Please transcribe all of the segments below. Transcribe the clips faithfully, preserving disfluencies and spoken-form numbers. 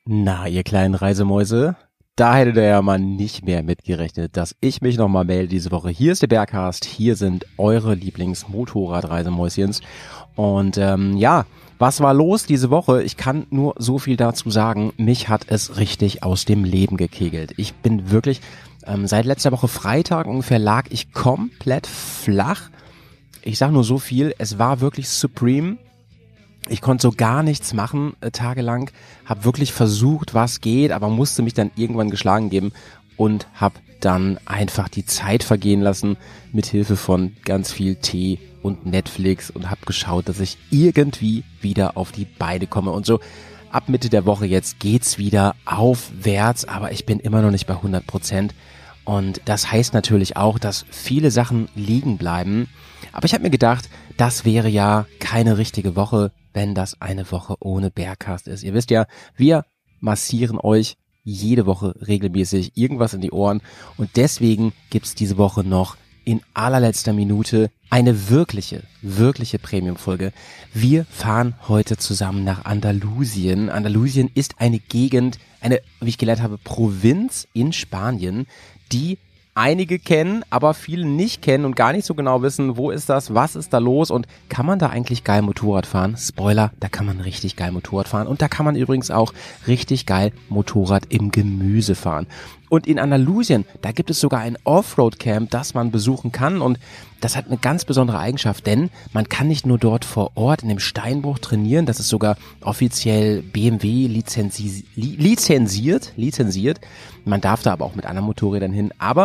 Na, ihr kleinen Reisemäuse, da hättet ihr ja mal nicht mehr mitgerechnet, dass ich mich nochmal melde diese Woche. Hier ist der Berghast, hier sind eure Lieblings-Motorrad-Reisemäuschens. Und ähm, ja, was war los diese Woche? Ich kann nur so viel dazu sagen, mich hat es richtig aus dem Leben gekegelt. Ich bin wirklich, ähm, seit letzter Woche Freitag ungefähr lag ich komplett flach. Ich sag nur so viel, es war wirklich supreme. Ich konnte so gar nichts machen äh, tagelang, habe wirklich versucht, was geht, aber musste mich dann irgendwann geschlagen geben und habe dann einfach die Zeit vergehen lassen mit Hilfe von ganz viel Tee und Netflix und habe geschaut, dass ich irgendwie wieder auf die Beine komme. Und so ab Mitte der Woche jetzt geht's wieder aufwärts, aber ich bin immer noch nicht bei hundert Prozent. Und das heißt natürlich auch, dass viele Sachen liegen bleiben. Aber ich habe mir gedacht, das wäre ja keine richtige Woche, wenn das eine Woche ohne Berghast ist. Ihr wisst ja, wir massieren euch jede Woche regelmäßig irgendwas in die Ohren. Und deswegen gibt's diese Woche noch in allerletzter Minute eine wirkliche, wirkliche Premium-Folge. Wir fahren heute zusammen nach Andalusien. Andalusien ist eine Gegend, eine, wie ich gelernt habe, Provinz in Spanien, die einige kennen, aber viele nicht kennen und gar nicht so genau wissen, wo ist das, was ist da los und kann man da eigentlich geil Motorrad fahren? Spoiler, da kann man richtig geil Motorrad fahren und da kann man übrigens auch richtig geil Motorrad im Gemüse fahren. Und in Andalusien, da gibt es sogar ein Offroad-Camp, das man besuchen kann und das hat eine ganz besondere Eigenschaft, denn man kann nicht nur dort vor Ort in dem Steinbruch trainieren, das ist sogar offiziell B M W lizenzi- li- lizenziert, lizenziert. Man darf da aber auch mit anderen Motorrädern hin, aber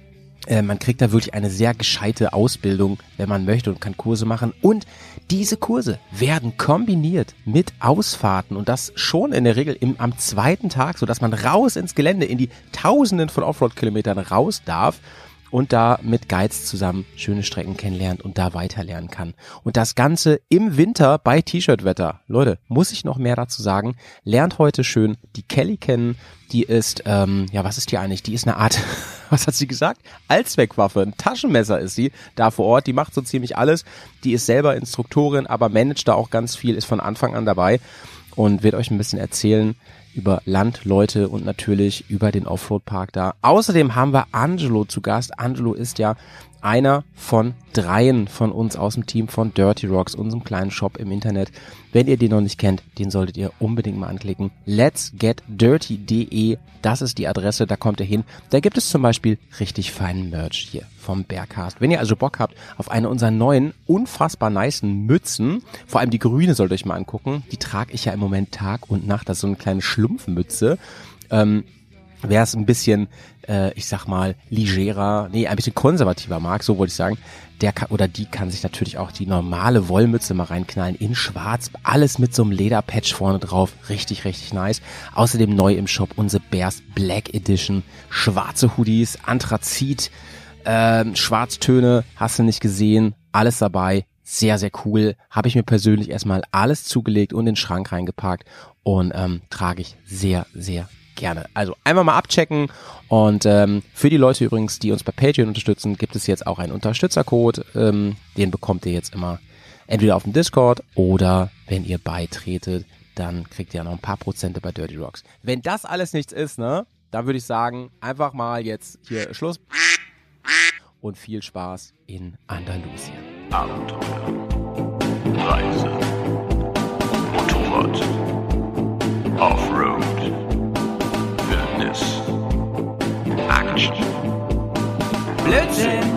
äh, man kriegt da wirklich eine sehr gescheite Ausbildung, wenn man möchte und kann Kurse machen. Und diese Kurse werden kombiniert mit Ausfahrten und das schon in der Regel im, am zweiten Tag, sodass man raus ins Gelände in die Tausenden von Offroad-Kilometern raus darf und da mit Guides zusammen schöne Strecken kennenlernt und da weiterlernen kann. Und das Ganze im Winter bei T-Shirt-Wetter. Leute, muss ich noch mehr dazu sagen? Lernt heute schön die Kelly kennen. Die ist, ähm, ja, was ist die eigentlich? Die ist eine Art, was hat sie gesagt? Allzweckwaffe, ein Taschenmesser ist sie da vor Ort. Die macht so ziemlich alles. Die ist selber Instruktorin, aber managt da auch ganz viel, ist von Anfang an dabei und wird euch ein bisschen erzählen über Landleute und natürlich über den Offroad-Park da. Außerdem haben wir Angelo zu Gast. Angelo ist ja einer von dreien von uns aus dem Team von Dirty Rocks, unserem kleinen Shop im Internet. Wenn ihr den noch nicht kennt, den solltet ihr unbedingt mal anklicken. let's get dirty punkt de, das ist die Adresse, da kommt ihr hin. Da gibt es zum Beispiel richtig feinen Merch hier vom Berghast. Wenn ihr also Bock habt auf eine unserer neuen, unfassbar nicen Mützen, vor allem die grüne sollt ihr euch mal angucken, die trage ich ja im Moment Tag und Nacht, das ist so eine kleine Schlumpfmütze. Ähm, Wer es ein bisschen, äh, ich sag mal, legerer, nee, ein bisschen konservativer mag, so wollte ich sagen, der kann, oder die kann sich natürlich auch die normale Wollmütze mal reinknallen, in schwarz, alles mit so einem Lederpatch vorne drauf, richtig, richtig nice. Außerdem neu im Shop unsere Bears Black Edition, schwarze Hoodies, Anthrazit, äh, Schwarztöne, hast du nicht gesehen, alles dabei. Sehr, sehr cool. Habe ich mir persönlich erstmal alles zugelegt und in den Schrank reingepackt und ähm, trage ich sehr, sehr gerne. Also einmal mal abchecken und ähm, für die Leute übrigens, die uns bei Patreon unterstützen, gibt es jetzt auch einen Unterstützercode. Ähm, den bekommt ihr jetzt immer entweder auf dem Discord oder wenn ihr beitretet, dann kriegt ihr noch ein paar Prozente bei Dirty Rocks. Wenn das alles nichts ist, ne, dann würde ich sagen, einfach mal jetzt hier Schluss und viel Spaß in Andalusien. Abenteuer, Reise, Motorrad, Offroad, Wildnis, Action, Blödsinn!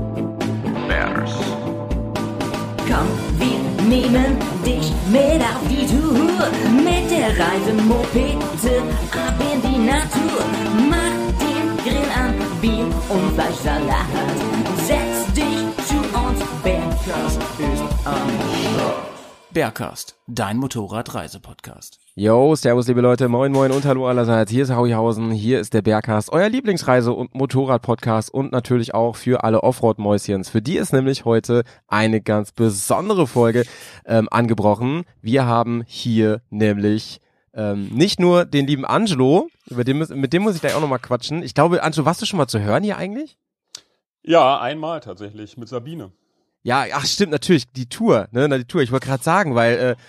Bears, Komm, wir nehmen dich mit auf die Tour. Mit der Reisemopete ab in die Natur. Mach den Grill an, Bier und Fleischsalat. Setz dich zu uns, Berghast ist am Start. Berghast, dein Motorrad-Reise-Podcast. Yo, servus liebe Leute, moin moin und hallo allerseits, hier ist Hauihausen, hier ist der Berghast, euer Lieblingsreise- und Motorrad-Podcast und natürlich auch für alle Offroad-Mäuschens. Für die ist nämlich heute eine ganz besondere Folge ähm, angebrochen. Wir haben hier nämlich ähm, nicht nur den lieben Angelo, über den, mit dem muss ich gleich auch nochmal quatschen. Ich glaube, Angelo, warst du schon mal zu hören hier eigentlich? Ja, einmal tatsächlich, mit Sabine. Ja, ach stimmt, natürlich, die Tour, ne, na, die Tour, ich wollte gerade sagen, weil äh,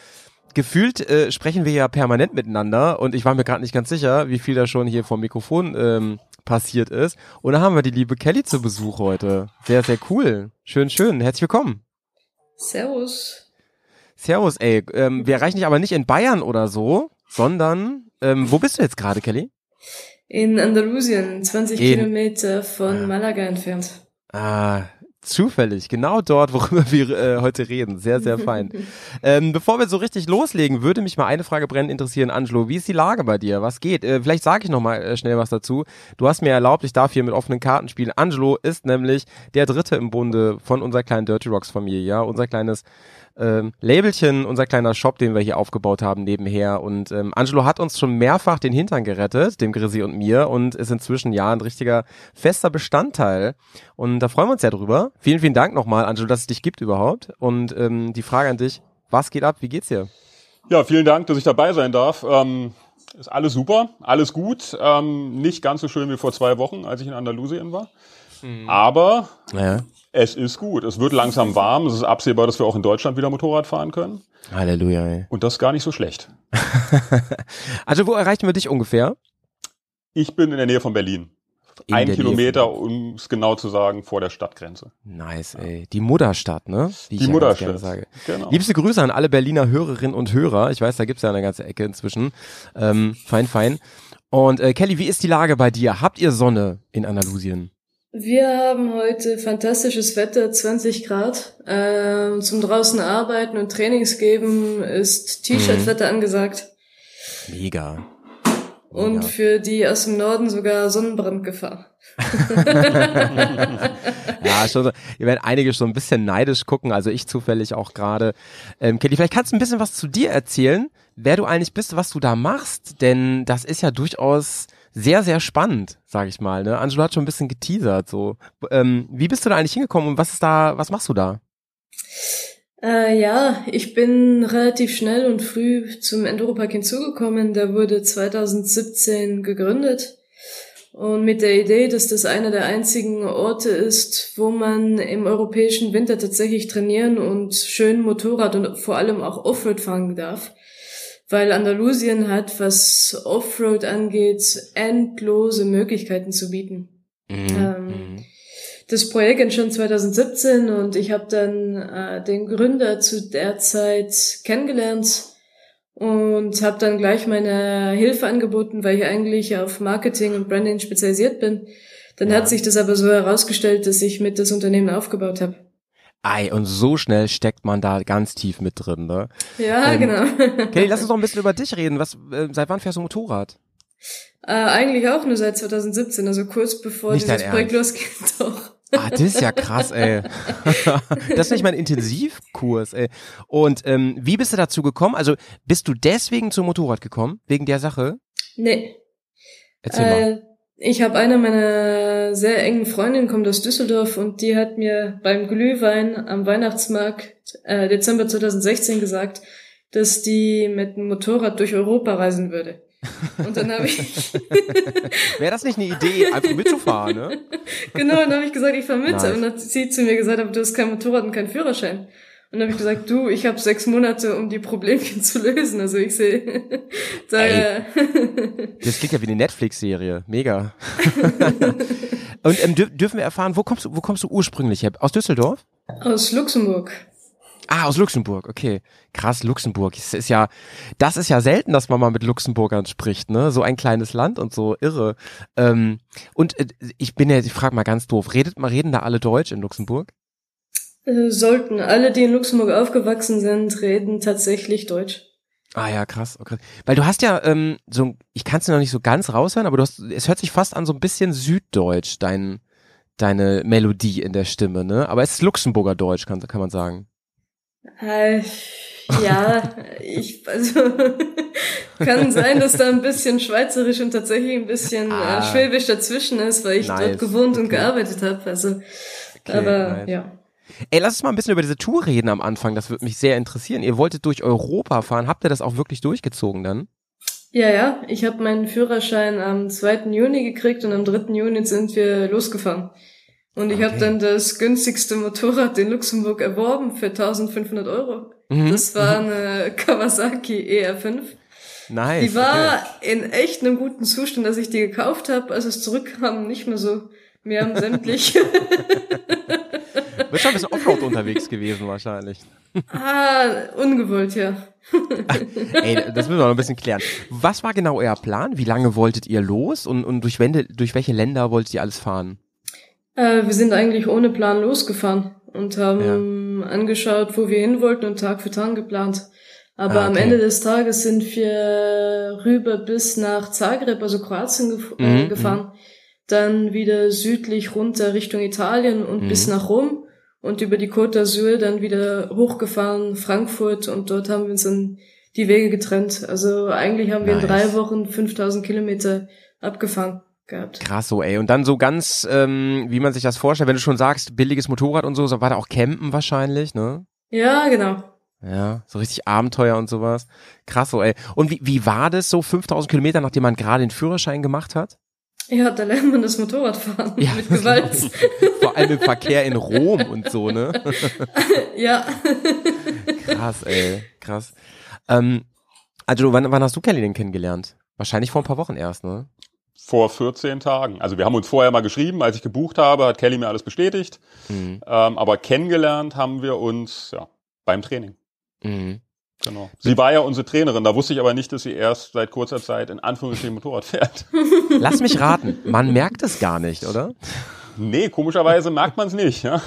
gefühlt äh, sprechen wir ja permanent miteinander und ich war mir gerade nicht ganz sicher, wie viel da schon hier vom Mikrofon ähm, passiert ist. Und da haben wir die liebe Kelly zu Besuch heute. Sehr, sehr cool. Schön, schön. Herzlich willkommen. Servus. Servus, ey. Ähm, wir erreichen dich aber nicht in Bayern oder so, sondern, ähm, wo bist du jetzt gerade, Kelly? In Andalusien, zwanzig in Kilometer von Malaga entfernt. Ah, zufällig, genau dort, worüber wir äh, heute reden. Sehr, sehr fein. ähm, bevor wir so richtig loslegen, würde mich mal eine Frage brennend interessieren. Angelo, wie ist die Lage bei dir? Was geht? Äh, vielleicht sage ich noch mal äh, schnell was dazu. Du hast mir erlaubt, ich darf hier mit offenen Karten spielen. Angelo ist nämlich der Dritte im Bunde von unserer kleinen Dirty Rocks Familie, ja, unser kleines ähm, Labelchen, unser kleiner Shop, den wir hier aufgebaut haben nebenher. Und ähm, Angelo hat uns schon mehrfach den Hintern gerettet, dem Grisi und mir, und ist inzwischen ja ein richtiger fester Bestandteil. Und da freuen wir uns ja drüber. Vielen, vielen Dank nochmal, Angelo, dass es dich gibt überhaupt. Und ähm, die Frage an dich, was geht ab? Wie geht's dir? Ja, vielen Dank, dass ich dabei sein darf. Ähm, ist alles super, alles gut. Ähm, nicht ganz so schön wie vor zwei Wochen, als ich in Andalusien war. Mhm. Aber ja. Es ist gut. Es wird langsam warm. Es ist absehbar, dass wir auch in Deutschland wieder Motorrad fahren können. Halleluja. Ey. Und das ist gar nicht so schlecht. Also wo erreichen wir dich ungefähr? Ich bin in der Nähe von Berlin. In Ein Kilometer, von... um es genau zu sagen, vor der Stadtgrenze. Nice, ey. Die Mutterstadt, ne? Wie Die ich Mutterstadt, ja sage. Genau. Liebste Grüße an alle Berliner Hörerinnen und Hörer. Ich weiß, da gibt's ja eine ganze Ecke inzwischen. Ähm, fein, fein. Und äh, Kelly, wie ist die Lage bei dir? Habt ihr Sonne in Andalusien? Wir haben heute fantastisches Wetter, zwanzig Grad. Äh, zum draußen arbeiten und Trainings geben ist T-Shirt-Wetter mhm. angesagt. Mega. Mega. Und für die aus dem Norden sogar Sonnenbrandgefahr. Ja, schon so. Ihr werdet einige schon ein bisschen neidisch gucken, also ich zufällig auch gerade. Ähm, Kelly, vielleicht kannst du ein bisschen was zu dir erzählen, wer du eigentlich bist, was du da machst, denn das ist ja durchaus sehr, sehr spannend, sag ich mal. Ne? Angelo hat schon ein bisschen geteasert. So, ähm, wie bist du da eigentlich hingekommen und was ist da, was machst du da? Äh, ja, ich bin relativ schnell und früh zum Enduropark hinzugekommen. Der wurde zwanzig siebzehn gegründet und mit der Idee, dass das einer der einzigen Orte ist, wo man im europäischen Winter tatsächlich trainieren und schön Motorrad und vor allem auch Offroad fahren darf. Weil Andalusien hat, was Offroad angeht, endlose Möglichkeiten zu bieten. Mhm. Ähm, das Projekt entstand zwanzig siebzehn und ich habe dann äh, den Gründer zu der Zeit kennengelernt und habe dann gleich meine Hilfe angeboten, weil ich eigentlich auf Marketing und Branding spezialisiert bin. Dann ja. hat sich das aber so herausgestellt, dass ich mit das Unternehmen aufgebaut habe. Ei, und so schnell steckt man da ganz tief mit drin, ne? Ja, ähm, genau. Kelly, lass uns noch ein bisschen über dich reden. Was, äh, seit wann fährst du Motorrad? Äh, eigentlich auch nur seit zwanzig siebzehn, also kurz bevor nicht dieses Projekt losgeht, doch. Ah, das ist ja krass, ey. Das ist nicht mein Intensivkurs, ey. Und ähm, wie bist du dazu gekommen? Also bist du deswegen zum Motorrad gekommen? Wegen der Sache? Nee. Erzähl äh, mal. Ich habe eine meiner sehr engen Freundinnen, kommt aus Düsseldorf und die hat mir beim Glühwein am Weihnachtsmarkt äh, Dezember zwanzig sechzehn gesagt, dass die mit dem Motorrad durch Europa reisen würde. Und dann habe ich... Wäre das nicht eine Idee, einfach mitzufahren, ne? Genau, und dann habe ich gesagt, ich fahre mit. Nice. Und dann hat sie zu mir gesagt, aber du hast kein Motorrad und keinen Führerschein. Und dann habe ich gesagt, du, ich habe sechs Monate, um die Problemchen zu lösen. Also ich sehe... da, Ey, das klingt ja wie eine Netflix-Serie. Mega. Und ähm, dür- dürfen wir erfahren, wo kommst du, wo kommst du ursprünglich her? Aus Düsseldorf? Aus Luxemburg. Ah, aus Luxemburg, okay. Krass, Luxemburg. Das ist ja, das ist ja selten, dass man mal mit Luxemburgern spricht, ne? So ein kleines Land und so irre. Ähm, und äh, ich bin ja, ich frage mal ganz doof, redet mal, reden da alle Deutsch in Luxemburg? Äh, sollten. Alle, die in Luxemburg aufgewachsen sind, reden tatsächlich Deutsch. Ah ja, krass, okay. Weil du hast ja, ähm, so, ich kann es noch nicht so ganz raushören, aber du hast, es hört sich fast an so ein bisschen Süddeutsch, dein, deine Melodie in der Stimme, ne? Aber es ist Luxemburger Deutsch, kann, kann man sagen. Äh, ja, ich, also, kann sein, dass da ein bisschen Schweizerisch und tatsächlich ein bisschen ah, äh, Schwäbisch dazwischen ist, weil ich nice. dort gewohnt okay. und gearbeitet habe, also, okay, aber, nice. ja. Ey, lass uns mal ein bisschen über diese Tour reden am Anfang, das würde mich sehr interessieren. Ihr wolltet durch Europa fahren, habt ihr das auch wirklich durchgezogen dann? Ja, ja, ich habe meinen Führerschein am zweiten Juni gekriegt und am dritten Juni sind wir losgefahren. Und ich okay. habe dann das günstigste Motorrad in Luxemburg erworben für eintausendfünfhundert Euro. Mhm. Das war eine Kawasaki E R fünf. Nice. Die war okay. in echt einem guten Zustand, als ich die gekauft habe. Als es zurückkam, nicht mehr so. Wir haben sämtliche... Bist schon ein bisschen Offroad unterwegs gewesen wahrscheinlich. ah, ungewollt, ja. Ey, das müssen wir noch ein bisschen klären. Was war genau euer Plan? Wie lange wolltet ihr los und, und durch, Wende, durch welche Länder wolltet ihr alles fahren? Äh, wir sind eigentlich ohne Plan losgefahren und haben ja. angeschaut, wo wir hin wollten und Tag für Tag geplant. Aber ah, okay. am Ende des Tages sind wir rüber bis nach Zagreb, also Kroatien, gef- mhm, äh, gefahren. Dann wieder südlich runter Richtung Italien und mhm. bis nach Rom. Und über die Côte d'Azur dann wieder hochgefahren, Frankfurt, und dort haben wir uns dann die Wege getrennt. Also eigentlich haben wir nice. in drei Wochen fünftausend Kilometer abgefahren gehabt. Krass so, ey. Und dann so ganz, ähm, wie man sich das vorstellt, wenn du schon sagst, billiges Motorrad und so, so war da auch Campen wahrscheinlich, ne? Ja, genau. Ja, so richtig Abenteuer und sowas. Krass so, ey. Und wie, wie war das so, fünftausend Kilometer, nachdem man gerade den Führerschein gemacht hat? Ja, da lernt man das Motorradfahren ja, mit Gewalt. Vor allem im Verkehr in Rom und so, ne? Ja. Krass, ey, krass. Ähm, also wann, wann hast du Kelly denn kennengelernt? Wahrscheinlich vor ein paar Wochen erst, ne? Vor vierzehn Tagen. Also wir haben uns vorher mal geschrieben, als ich gebucht habe, hat Kelly mir alles bestätigt. Mhm. Ähm, aber kennengelernt haben wir uns ja beim Training. Mhm. Genau. Sie war ja unsere Trainerin, da wusste ich aber nicht, dass sie erst seit kurzer Zeit in Anführungsstrichen Motorrad fährt. Lass mich raten, man merkt es gar nicht, oder? Nee, komischerweise merkt man es nicht, ja.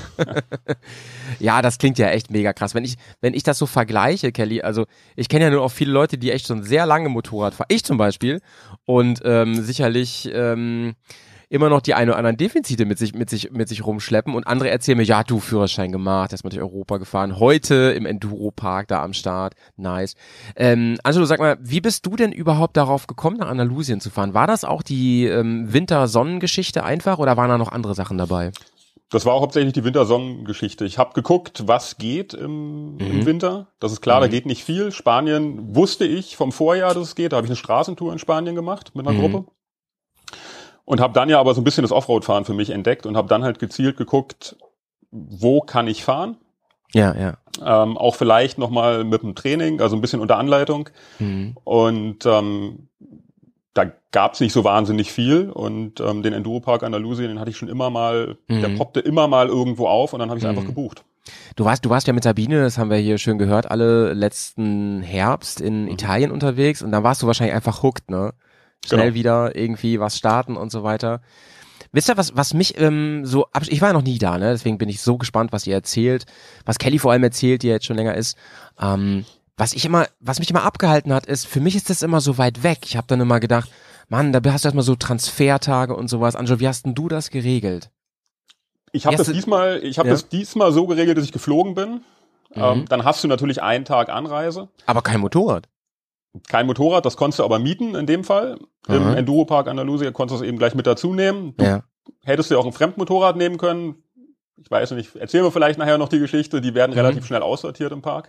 Ja, das klingt ja echt mega krass. Wenn ich, wenn ich das so vergleiche, Kelly, also ich kenne ja nur auch viele Leute, die echt schon sehr lange Motorrad fahren. Ich zum Beispiel. Und ähm, sicherlich ähm, immer noch die ein oder anderen Defizite mit sich, mit sich, mit sich rumschleppen, und andere erzählen mir, ja, du Führerschein gemacht, erstmal durch Europa gefahren, heute im Enduro-Park da am Start, nice. Ähm, Angelo, sag mal, wie bist du denn überhaupt darauf gekommen, nach Andalusien zu fahren? War das auch die ähm, Winter-Sonnengeschichte einfach, oder waren da noch andere Sachen dabei? Das war auch hauptsächlich die Winter-Sonnengeschichte. Ich habe geguckt, was geht im, mhm. im Winter. Das ist klar, mhm. da geht nicht viel. Spanien wusste ich vom Vorjahr, dass es geht. Da habe ich eine Straßentour in Spanien gemacht mit einer mhm. Gruppe. Und habe dann ja aber so ein bisschen das Offroad-Fahren für mich entdeckt und habe dann halt gezielt geguckt, wo kann ich fahren? Ja, ja. Ähm, auch vielleicht nochmal mit dem Training, also ein bisschen unter Anleitung. Mhm. Und ähm, da gab's nicht so wahnsinnig viel. Und ähm, den Enduropark Andalusien, den hatte ich schon immer mal, mhm. der poppte immer mal irgendwo auf, und dann habe ich es mhm. einfach gebucht. Du warst, du warst ja mit Sabine, das haben wir hier schön gehört, alle letzten Herbst in mhm. Italien unterwegs, und dann warst du wahrscheinlich einfach hooked, ne? Schnell genau. wieder irgendwie was starten und so weiter. Wisst ihr, was, was mich ähm, so, absch- ich war ja noch nie da, ne? Deswegen bin ich so gespannt, was ihr erzählt, was Kelly vor allem erzählt, die jetzt schon länger ist. Ähm, was ich immer, was mich immer abgehalten hat, ist, für mich ist das immer so weit weg. Ich habe dann immer gedacht, Mann, da hast du erstmal so Transfertage und sowas. Angelo, wie hast denn du das geregelt? Ich habe das diesmal, ich habe ja? das diesmal so geregelt, dass ich geflogen bin. Mhm. Ähm, dann hast du natürlich einen Tag Anreise. Aber kein Motorrad. Kein Motorrad, das konntest du aber mieten in dem Fall. Aha. Im Enduropark Andalusia konntest du es eben gleich mit dazu nehmen. Du ja. hättest du auch ein Fremdmotorrad nehmen können. Ich weiß nicht, erzählen wir vielleicht nachher noch die Geschichte. Die werden mhm. relativ schnell aussortiert im Park.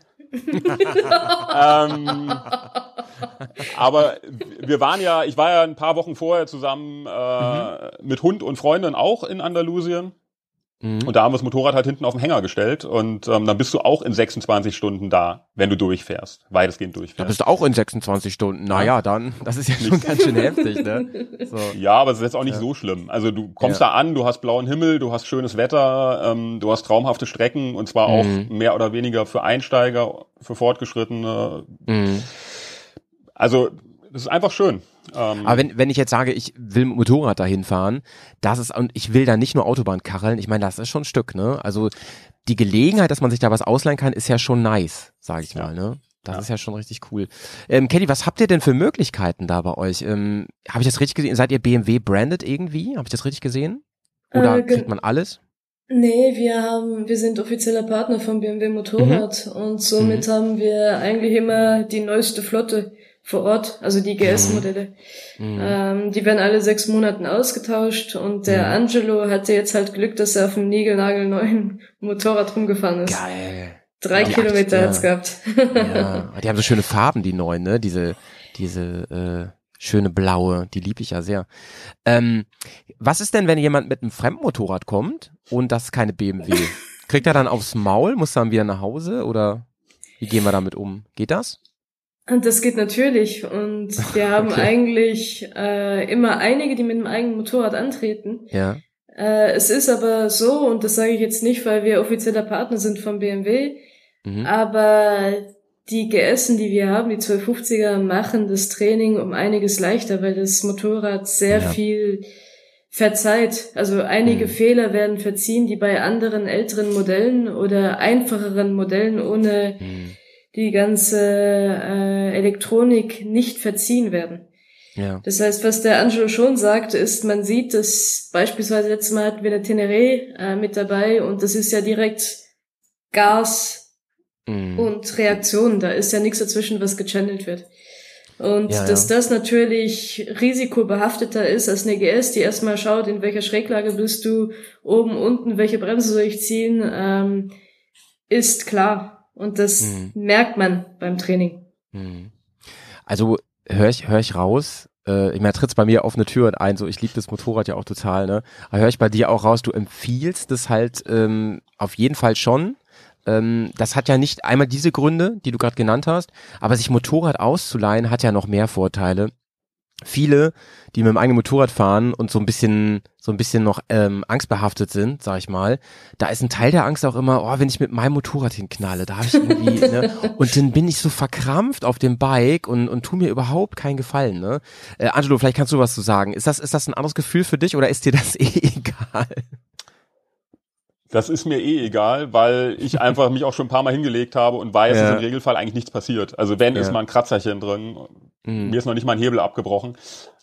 ähm, aber wir waren ja, ich war ja ein paar Wochen vorher zusammen äh, mhm. mit Hund und Freundin auch in Andalusien. Mhm. Und da haben wir das Motorrad halt hinten auf den Hänger gestellt, und ähm, dann bist du auch in sechsundzwanzig Stunden da, wenn du durchfährst, weitestgehend durchfährst. Da bist du auch in sechsundzwanzig Stunden, naja, dann, das ist ja schon ganz schön heftig, ne? So. Ja, aber es ist jetzt auch nicht ja. so schlimm. Also du kommst ja. da an, du hast blauen Himmel, du hast schönes Wetter, ähm, du hast traumhafte Strecken, und zwar auch mhm. mehr oder weniger für Einsteiger, für Fortgeschrittene. Mhm. Also das ist einfach schön. Ähm, Aber wenn wenn ich jetzt sage, ich will mit Motorrad dahin fahren, das ist, und ich will da nicht nur Autobahn kacheln, ich meine, das ist schon ein Stück, ne? Also die Gelegenheit, dass man sich da was ausleihen kann, ist ja schon nice, sage ich ja. mal, ne? Das ja. ist ja schon richtig cool. Ähm, Kelly, was habt ihr denn für Möglichkeiten da bei euch? Ähm, Habe ich das richtig gesehen? Seid ihr B M W branded irgendwie? Habe ich das richtig gesehen? Oder äh, ge- kriegt man alles? Nee, wir haben, wir sind offizieller Partner von B M W Motorrad, mhm. und somit mhm. haben wir eigentlich immer die neueste Flotte vor Ort, also die G S-Modelle. Mhm. Ähm, die werden alle sechs Monaten ausgetauscht, und der mhm. Angelo hatte jetzt halt Glück, dass er auf einem niegelnagelneuen Motorrad rumgefahren ist. Geil. Drei ja, Kilometer ja. hat's gehabt. Ja, die haben so schöne Farben, die neuen, ne? Diese, diese äh, schöne blaue, die liebe ich ja sehr. Ähm, was ist denn, wenn jemand mit einem Fremdmotorrad kommt und das ist keine B M W? Kriegt er dann aufs Maul? Muss er dann wieder nach Hause, oder? Wie gehen wir damit um? Geht das? Und das geht natürlich. Und wir haben Okay. eigentlich äh, immer einige, die mit dem eigenen Motorrad antreten. Ja. Äh, es ist aber so, und das sage ich jetzt nicht, weil wir offizieller Partner sind von B M W, Mhm. aber die G S'en, die wir haben, die zwölfhundertfünfziger, machen das Training um einiges leichter, weil das Motorrad sehr Ja. viel verzeiht. Also einige Mhm. Fehler werden verziehen, die bei anderen älteren Modellen oder einfacheren Modellen ohne Mhm. die ganze äh, Elektronik nicht verziehen werden. Ja. Das heißt, was der Angelo schon sagt, ist, man sieht, dass beispielsweise letztes Mal hatten wir eine Teneré äh, mit dabei und das ist ja direkt Gas Mhm. und Reaktion. Da ist ja nichts dazwischen, was gechannelt wird. Und Ja, dass ja. das natürlich risikobehafteter ist als eine G S, die erstmal schaut, in welcher Schräglage bist du, oben, unten, welche Bremse soll ich ziehen, ähm, ist klar. Und das Mhm. merkt man beim Training. Mhm. Also höre ich, hör ich raus, äh, ich meine, tritt's bei mir offene Türen ein, so ich liebe das Motorrad ja auch total, ne? Aber höre ich bei dir auch raus, du empfiehlst es halt ähm, auf jeden Fall schon. Ähm, das hat ja nicht einmal diese Gründe, die du gerade genannt hast, aber sich Motorrad auszuleihen hat ja noch mehr Vorteile. Viele, die mit dem eigenen Motorrad fahren und so ein bisschen, so ein bisschen noch ähm, angstbehaftet sind, sag ich mal, da ist ein Teil der Angst auch immer, oh, wenn ich mit meinem Motorrad hinknalle, da habe ich irgendwie, ne, und dann bin ich so verkrampft auf dem Bike und und tu mir überhaupt keinen Gefallen, ne? Äh, Angelo, vielleicht kannst du was zu sagen. Ist das ist das ein anderes Gefühl für dich oder ist dir das eh egal? Das ist mir eh egal, weil ich einfach mich auch schon ein paar Mal hingelegt habe und weiß, Ja. dass im Regelfall eigentlich nichts passiert. Also wenn, Ja. ist mal ein Kratzerchen drin. Mhm. Mir ist noch nicht mal ein Hebel abgebrochen.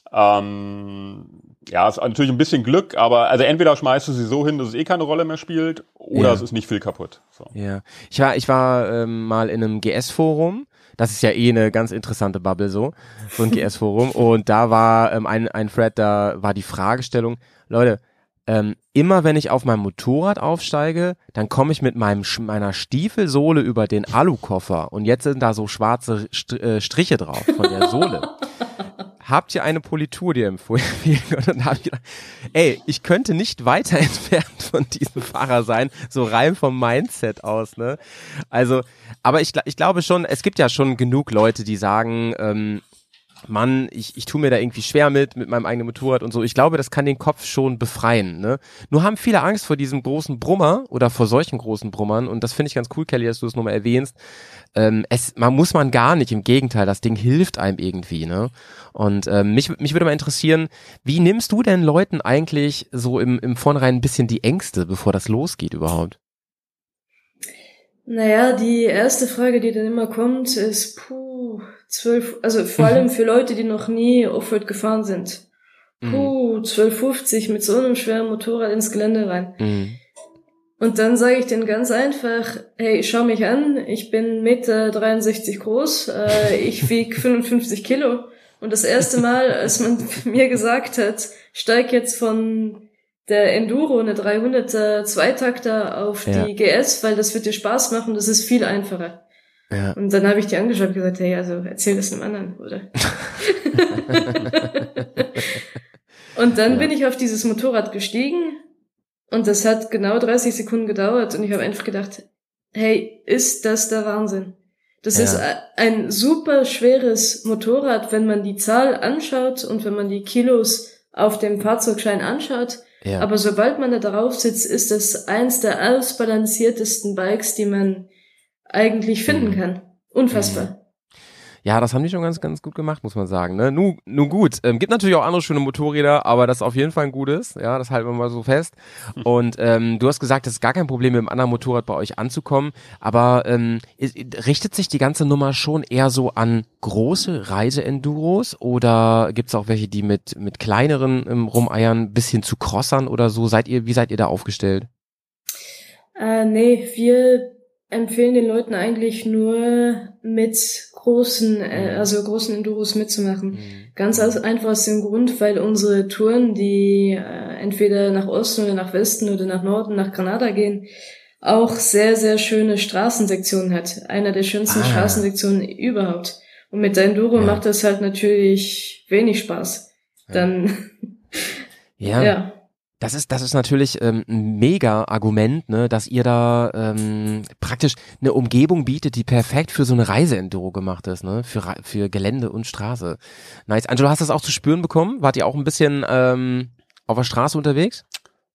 Ähm, ja, ist natürlich ein bisschen Glück, aber also entweder schmeißt du sie so hin, dass es eh keine Rolle mehr spielt, oder Ja. es ist nicht viel kaputt. So. Ja, ich war, ich war ähm, mal in einem G S-Forum. Das ist ja eh eine ganz interessante Bubble so, so ein G S-Forum. Und da war ähm, ein ein Thread, da war die Fragestellung, Leute, ähm, immer wenn ich auf mein Motorrad aufsteige, dann komme ich mit meinem Sch- meiner Stiefelsohle über den Alukoffer und jetzt sind da so schwarze St äh, Striche drauf von der Sohle. Habt ihr eine Politur, die ihr empfohlen? Und dann habe ich gedacht, ey, ich könnte nicht weiter entfernt von diesem Fahrer sein, so rein vom Mindset aus, ne? Also, aber ich, gl- ich glaube schon, es gibt ja schon genug Leute, die sagen, ähm, Mann, ich, ich tue mir da irgendwie schwer mit, mit meinem eigenen Motorrad und so. Ich glaube, das kann den Kopf schon befreien, ne? Nur haben viele Angst vor diesem großen Brummer oder vor solchen großen Brummern und das finde ich ganz cool, Kelly, dass du es nochmal erwähnst. Ähm, es, man muss man gar nicht, im Gegenteil, das Ding hilft einem irgendwie, ne? Und ähm, mich, mich würde mal interessieren, wie nimmst du denn Leuten eigentlich so im, im Vornherein ein bisschen die Ängste, bevor das losgeht überhaupt? Naja, die erste Frage, die dann immer kommt, ist, puh, zwölf, also vor allem für Leute, die noch nie Offroad gefahren sind. Puh, zwölf fünfzig mit so einem schweren Motorrad ins Gelände rein. Mhm. Und dann sage ich denen ganz einfach, hey, schau mich an, ich bin eins Meter dreiundsechzig groß, äh, ich wieg fünfundfünfzig Kilo. Und das erste Mal, als man mir gesagt hat, steig jetzt von der Enduro, eine dreihunderter Zweitakter auf Ja. die G S, weil das wird dir Spaß machen, das ist viel einfacher. Ja. Und dann habe ich die angeschaut und gesagt, hey, also erzähl das einem anderen, oder? Und dann Ja. bin ich auf dieses Motorrad gestiegen und das hat genau dreißig Sekunden gedauert und ich habe einfach gedacht, hey, ist das der Wahnsinn? Das Ja. ist ein super schweres Motorrad, wenn man die Zahl anschaut und wenn man die Kilos auf dem Fahrzeugschein anschaut. Ja. Aber sobald man da drauf sitzt, ist das eins der ausbalanciertesten Bikes, die man eigentlich finden Mhm. kann. Unfassbar. Ja, das haben die schon ganz, ganz gut gemacht, muss man sagen. Ne? Nun, nun gut, ähm, gibt natürlich auch andere schöne Motorräder, aber das ist auf jeden Fall ein gutes. Ja, das halten wir mal so fest. Und ähm, du hast gesagt, es ist gar kein Problem, mit einem anderen Motorrad bei euch anzukommen. Aber ähm, ist, richtet sich die ganze Nummer schon eher so an große Reise-Enduros oder gibt's auch welche, die mit mit kleineren ähm, rumeiern, bis hin zu Crossern oder so? Seid ihr, wie seid ihr da aufgestellt? Äh, nee, wir empfehlen den Leuten eigentlich nur mit großen, äh, also großen Enduros mitzumachen. Ganz aus, einfach aus dem Grund, weil unsere Touren, die äh, entweder nach Osten oder nach Westen oder nach Norden, nach Granada gehen, auch sehr, sehr schöne Straßensektionen hat. Einer der schönsten Ah. Straßensektionen überhaupt. Und mit der Enduro Ja. macht das halt natürlich wenig Spaß. Dann, Ja. ja. Das ist, das ist natürlich ähm, ein mega Argument, ne, dass ihr da ähm, praktisch eine Umgebung bietet, die perfekt für so eine Reise-Enduro gemacht ist, ne, für für Gelände und Straße. Nice. Angelo, hast du das auch zu spüren bekommen? Wart ihr auch ein bisschen ähm, auf der Straße unterwegs?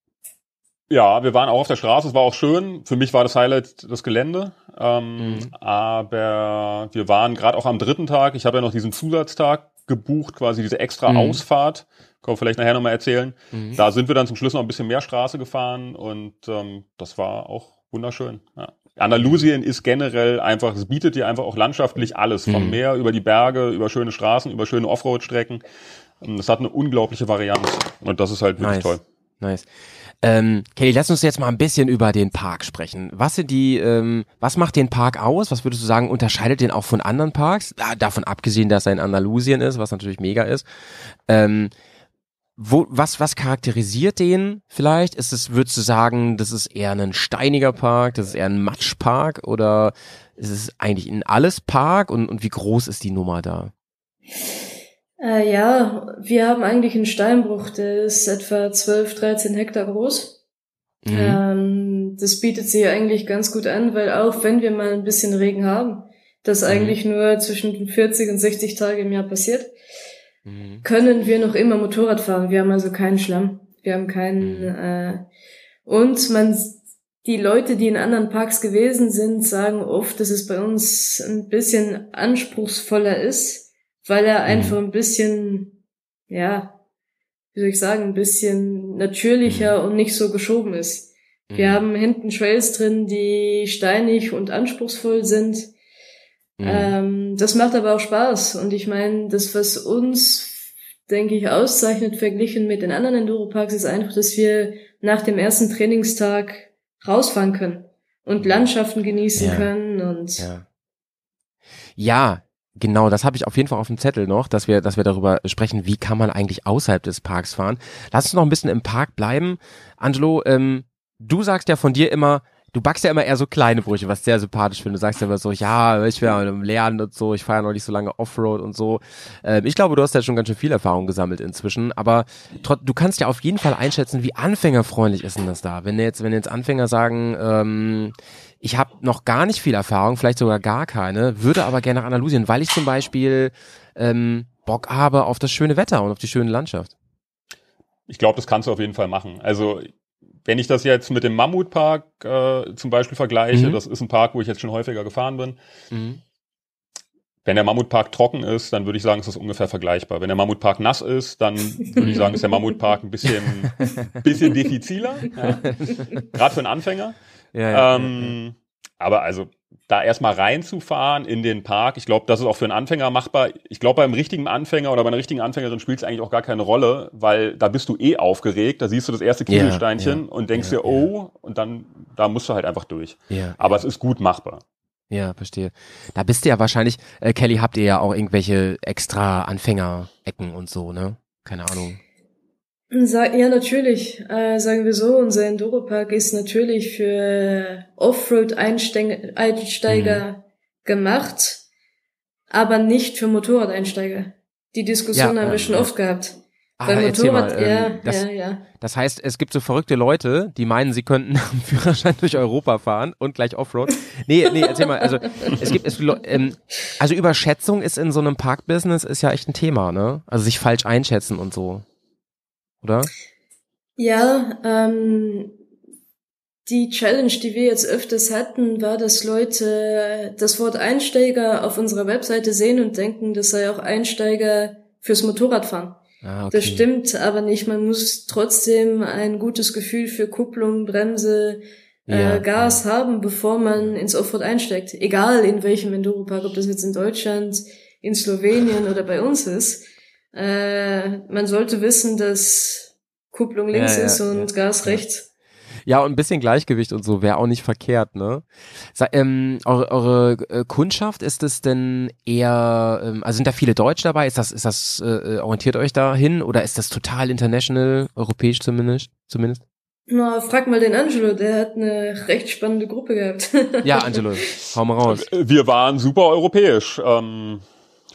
Ja, wir waren auch auf der Straße, es war auch schön. Für mich war das Highlight das Gelände. Ähm, Mhm. Aber wir waren gerade auch am dritten Tag, ich habe ja noch diesen Zusatztag gebucht, quasi diese extra Mhm. Ausfahrt. Können wir vielleicht nachher nochmal erzählen. Mhm. Da sind wir dann zum Schluss noch ein bisschen mehr Straße gefahren und ähm, das war auch wunderschön. Ja. Andalusien ist generell einfach, es bietet dir einfach auch landschaftlich alles. Vom Mhm. Meer über die Berge, über schöne Straßen, über schöne Offroad-Strecken. Das hat eine unglaubliche Varianz und das ist halt wirklich Nice. toll. Nice. Ähm, Kelly, lass uns jetzt mal ein bisschen über den Park sprechen. Was sind die, ähm, was macht den Park aus? Was würdest du sagen, unterscheidet den auch von anderen Parks? Ah, davon abgesehen, dass er in Andalusien ist, was natürlich mega ist. Ähm, wo, was, was charakterisiert den vielleicht? Ist es, würdest du sagen, das ist eher ein steiniger Park, das ist eher ein Matschpark oder ist es eigentlich ein alles Park und, und wie groß ist die Nummer da? Äh, ja, wir haben eigentlich einen Steinbruch, der ist etwa zwölf, dreizehn Hektar groß. Mhm. Ähm, das bietet sich eigentlich ganz gut an, weil auch wenn wir mal ein bisschen Regen haben, das Mhm. eigentlich nur zwischen vierzig und sechzig Tage im Jahr passiert, Mhm. können wir noch immer Motorrad fahren. Wir haben also keinen Schlamm. Wir haben keinen, Mhm. äh, und man, die Leute, die in anderen Parks gewesen sind, sagen oft, dass es bei uns ein bisschen anspruchsvoller ist, weil er einfach ein bisschen, ja, wie soll ich sagen, ein bisschen natürlicher und nicht so geschoben ist. Wir Mhm. haben hinten Trails drin, die steinig und anspruchsvoll sind. Mhm. Ähm, das macht aber auch Spaß. Und ich meine, das, was uns, denke ich, auszeichnet, verglichen mit den anderen Enduro-Parks, ist einfach, dass wir nach dem ersten Trainingstag rausfahren können und Landschaften genießen Ja. können und Ja. Ja, genau, das habe ich auf jeden Fall auf dem Zettel noch, dass wir, dass wir darüber sprechen, wie kann man eigentlich außerhalb des Parks fahren. Lass uns noch ein bisschen im Park bleiben. Angelo, ähm, du sagst ja von dir immer, du backst ja immer eher so kleine Brüche, was ich sehr sympathisch finde. Du sagst ja immer so, ja, ich wäre am Lernen und so, ich fahre ja noch nicht so lange Offroad und so. Ähm, ich glaube, du hast ja schon ganz schön viel Erfahrung gesammelt inzwischen, aber trot- du kannst ja auf jeden Fall einschätzen, wie anfängerfreundlich ist denn das da? Wenn jetzt, wenn jetzt Anfänger sagen, ähm, ich habe noch gar nicht viel Erfahrung, vielleicht sogar gar keine, würde aber gerne nach Andalusien, weil ich zum Beispiel ähm, Bock habe auf das schöne Wetter und auf die schöne Landschaft. Ich glaube, das kannst du auf jeden Fall machen. Also wenn ich das jetzt mit dem Mammutpark äh, zum Beispiel vergleiche, Mhm. das ist ein Park, wo ich jetzt schon häufiger gefahren bin. Mhm. Wenn der Mammutpark trocken ist, dann würde ich sagen, ist das ungefähr vergleichbar. Wenn der Mammutpark nass ist, dann würde ich sagen, ist der Mammutpark ein bisschen, bisschen diffiziler. Ja. Gerade für einen Anfänger. Ja, ja, ähm, aber also da erstmal reinzufahren in den Park, ich glaube, das ist auch für einen Anfänger machbar. Ich glaube, beim richtigen Anfänger oder bei einer richtigen Anfängerin spielt es eigentlich auch gar keine Rolle, weil da bist du eh aufgeregt, da siehst du das erste Ja, Kieselsteinchen ja, und denkst ja, dir, oh, und dann, da musst du halt einfach durch. ja, Aber ja. es ist gut machbar. Ja, verstehe. Da bist du ja wahrscheinlich, äh, Kelly, habt ihr ja auch irgendwelche extra Anfängerecken und so, ne? Keine Ahnung. Sa- ja, natürlich. Äh, sagen wir so, unser Enduro-Park ist natürlich für Offroad-Einsteiger gemacht, aber nicht für Motorradeinsteiger. Die Diskussion Ja, haben wir ähm, schon ja. oft gehabt. Ah, Weil erzähl Motorrad, mal, ähm, ja, das, ja, ja. das heißt, es gibt so verrückte Leute, die meinen, sie könnten nach dem Führerschein durch Europa fahren und gleich Offroad. Nee, nee, erzähl mal, also es gibt, es, ähm, also Überschätzung ist in so einem Parkbusiness ist ja echt ein Thema, ne? Also sich falsch einschätzen und so. Oder? Ja, ähm, die Challenge, die wir jetzt öfters hatten, war, dass Leute das Wort Einsteiger auf unserer Webseite sehen und denken, das sei auch Einsteiger fürs Motorradfahren. Ah, okay. Das stimmt aber nicht. Man muss trotzdem ein gutes Gefühl für Kupplung, Bremse, Ja, äh, Gas haben, bevor man ins Offroad einsteigt. Egal in welchem Enduropark, ob das jetzt in Deutschland, in Slowenien oder bei uns ist. Äh, man sollte wissen, dass Kupplung links Ja, ja, ist und ja, Gas ja. rechts. Ja, und ein bisschen Gleichgewicht und so wäre auch nicht verkehrt, ne? Sa ähm, eure, eure äh, Kundschaft, ist es denn eher, ähm, also sind da viele Deutsche dabei? Ist das, ist das, äh, orientiert euch dahin oder ist das total international, europäisch zumindest? zumindest? Na, frag mal den Angelo, der hat eine recht spannende Gruppe gehabt. Ja, Angelo, hau mal raus. Wir waren super europäisch. Ähm,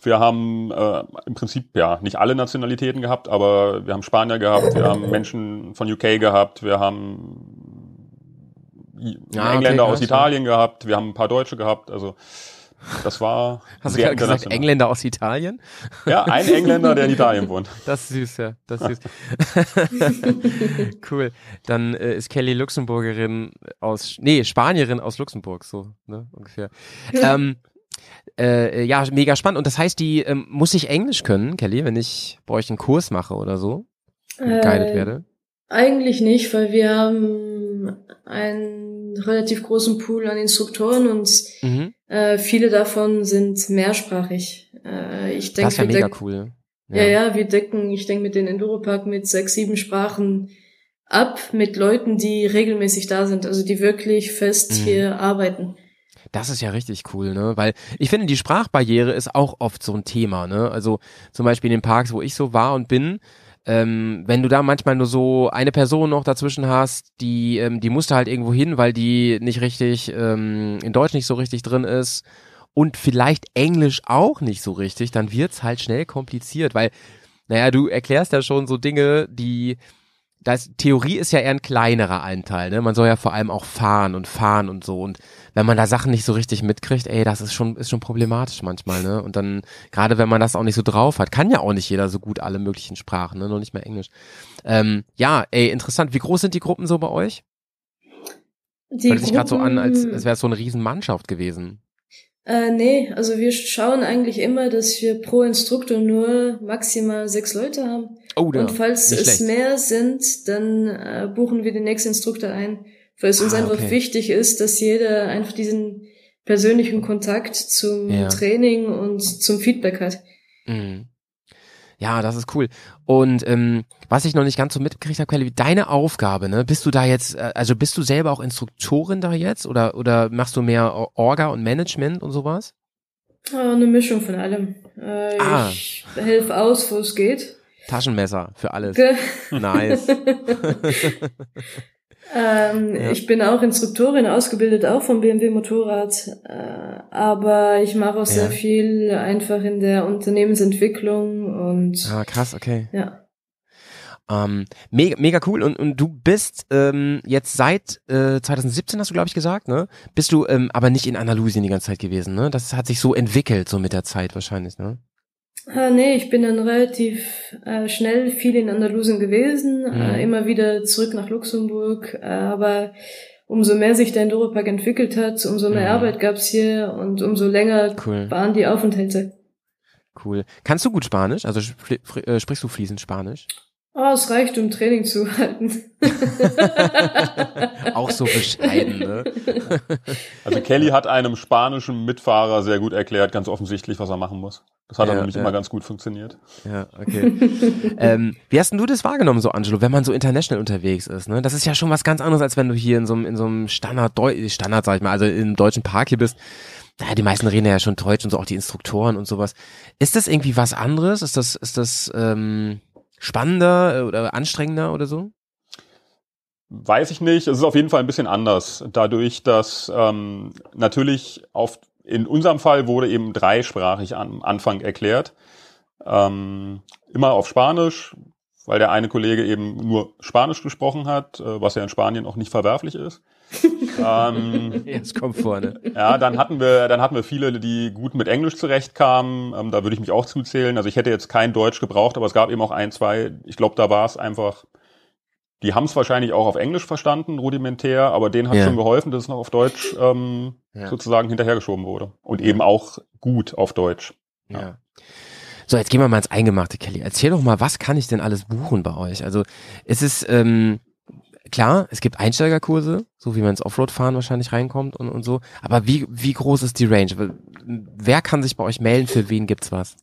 Wir haben äh, im Prinzip ja nicht alle Nationalitäten gehabt, aber wir haben Spanier gehabt, wir haben Menschen von U K gehabt, wir haben Ja, Engländer okay, aus krass, Italien gehabt, wir haben ein paar Deutsche gehabt, also das war Hast du sehr gerade gesagt, international. Engländer aus Italien? Ja, ein Engländer, der in Italien wohnt. Das ist süß, ja. Das ist süß. Cool. Dann äh, ist Kelly Luxemburgerin aus, nee, Spanierin aus Luxemburg, so, ne, ungefähr. ähm, äh, ja, mega spannend. Und das heißt, die ähm, muss ich Englisch können, Kelly, wenn ich bei euch einen Kurs mache oder so, geguided Äh, werde? Eigentlich nicht, weil wir haben einen relativ großen Pool an Instruktoren und Mhm. äh, viele davon sind mehrsprachig. Äh, ich denke, Das wäre wir mega deck- cool. Ja, ja, wir decken, ich denke, mit den Enduropark mit sechs, sieben Sprachen ab, mit Leuten, die regelmäßig da sind, also die wirklich fest Mhm. hier arbeiten. Das ist ja richtig cool, ne? Weil ich finde, die Sprachbarriere ist auch oft so ein Thema, ne? Also zum Beispiel in den Parks, wo ich so war und bin, ähm, wenn du da manchmal nur so eine Person noch dazwischen hast, die, ähm, die musste halt irgendwo hin, weil die nicht richtig, ähm, in Deutsch nicht so richtig drin ist und vielleicht Englisch auch nicht so richtig, dann wird's halt schnell kompliziert, weil, naja, du erklärst ja schon so Dinge, die, das Theorie ist ja eher ein kleinerer Anteil, ne? Man soll ja vor allem auch fahren und fahren und so. Und wenn man da Sachen nicht so richtig mitkriegt, ey, das ist schon, ist schon problematisch manchmal, ne? Und dann, gerade wenn man das auch nicht so drauf hat, kann ja auch nicht jeder so gut alle möglichen Sprachen, ne? Noch nicht mehr Englisch. Ähm, ja, ey, interessant. Wie groß sind die Gruppen so bei euch? Die Hört sich gerade so an, als, Gruppen- als wäre es so eine Riesenmannschaft gewesen. Äh, nee, also wir schauen eigentlich immer, dass wir pro Instruktor nur maximal sechs Leute haben. Oh, ja. Und falls Nicht es schlecht. mehr sind, dann äh, buchen wir den nächsten Instruktor ein. Weil es uns Ah, einfach okay. wichtig ist, dass jeder einfach diesen persönlichen Kontakt zum Ja. Training und zum Feedback hat. Mhm. Ja, das ist cool. Und ähm, was ich noch nicht ganz so mitgekriegt habe, Kelly, deine Aufgabe, ne? Bist du da jetzt, äh, also bist du selber auch Instruktorin da jetzt oder oder machst du mehr Orga und Management und sowas? Äh, eine Mischung von allem. Äh, Ah. Ich helfe aus, wo es geht. Taschenmesser für alles. Ge- Nice. Ähm, Ja. Ich bin auch Instruktorin, ausgebildet auch vom B M W Motorrad, äh, aber ich mache auch sehr Ja. viel einfach in der Unternehmensentwicklung und Ah, krass, okay. ja. Ähm, mega, mega cool. Und, und du bist ähm, jetzt seit äh, zwanzig siebzehn, hast du, glaube ich, gesagt, ne? Bist du ähm, aber nicht in Andalusien die ganze Zeit gewesen, ne? Das hat sich so entwickelt, so mit der Zeit wahrscheinlich, ne? Ah, nee, ich bin dann relativ äh, schnell viel in Andalusien gewesen, Mhm. äh, immer wieder zurück nach Luxemburg, äh, aber umso mehr sich der Enduropark entwickelt hat, umso mehr Mhm. Arbeit gab's hier und umso länger Cool. waren die Aufenthalte. Cool. Kannst du gut Spanisch? Also spri fri- äh, sprichst du fließend Spanisch? Oh, es reicht, um Training zu halten. Auch so bescheiden, ne? Also Kelly hat einem spanischen Mitfahrer sehr gut erklärt, ganz offensichtlich, was er machen muss. Das hat Ja, dann nämlich ja. immer ganz gut funktioniert. Ja, okay. ähm, wie hast denn du das wahrgenommen, so Angelo, wenn man so international unterwegs ist, ne? Das ist ja schon was ganz anderes, als wenn du hier in so einem, in so einem Standard, Deu Standard, sag ich mal, also im deutschen Park hier bist. Naja, die meisten reden ja schon Deutsch und so, auch die Instruktoren und sowas. Ist das irgendwie was anderes? Ist das, ist das, ähm, spannender oder anstrengender oder so? Weiß ich nicht. Es ist auf jeden Fall ein bisschen anders. Dadurch, dass ähm, natürlich auf, in unserem Fall wurde eben dreisprachig am Anfang erklärt. Ähm, immer auf Spanisch, weil der eine Kollege eben nur Spanisch gesprochen hat, äh, was ja in Spanien auch nicht verwerflich ist. ähm, Ja, das kommt vor, ne? Ja, dann hatten wir, dann hatten wir viele, die gut mit Englisch zurechtkamen. Ähm, da würde ich mich auch zuzählen. Also ich hätte jetzt kein Deutsch gebraucht, aber es gab eben auch ein, zwei. Ich glaube, da war es einfach. Die haben es wahrscheinlich auch auf Englisch verstanden, rudimentär, aber denen hat Ja. schon geholfen, dass es noch auf Deutsch ähm, Ja. sozusagen hinterhergeschoben wurde und eben auch gut auf Deutsch. Ja. So, jetzt gehen wir mal ins Eingemachte, Kelly. Erzähl doch mal, was kann ich denn alles buchen bei euch? Also, es ist, ähm, klar, es gibt Einsteigerkurse, so wie man ins Offroad-Fahren wahrscheinlich reinkommt und, und so. Aber wie, wie groß ist die Range? Wer kann sich bei euch melden? Für wen gibt's was?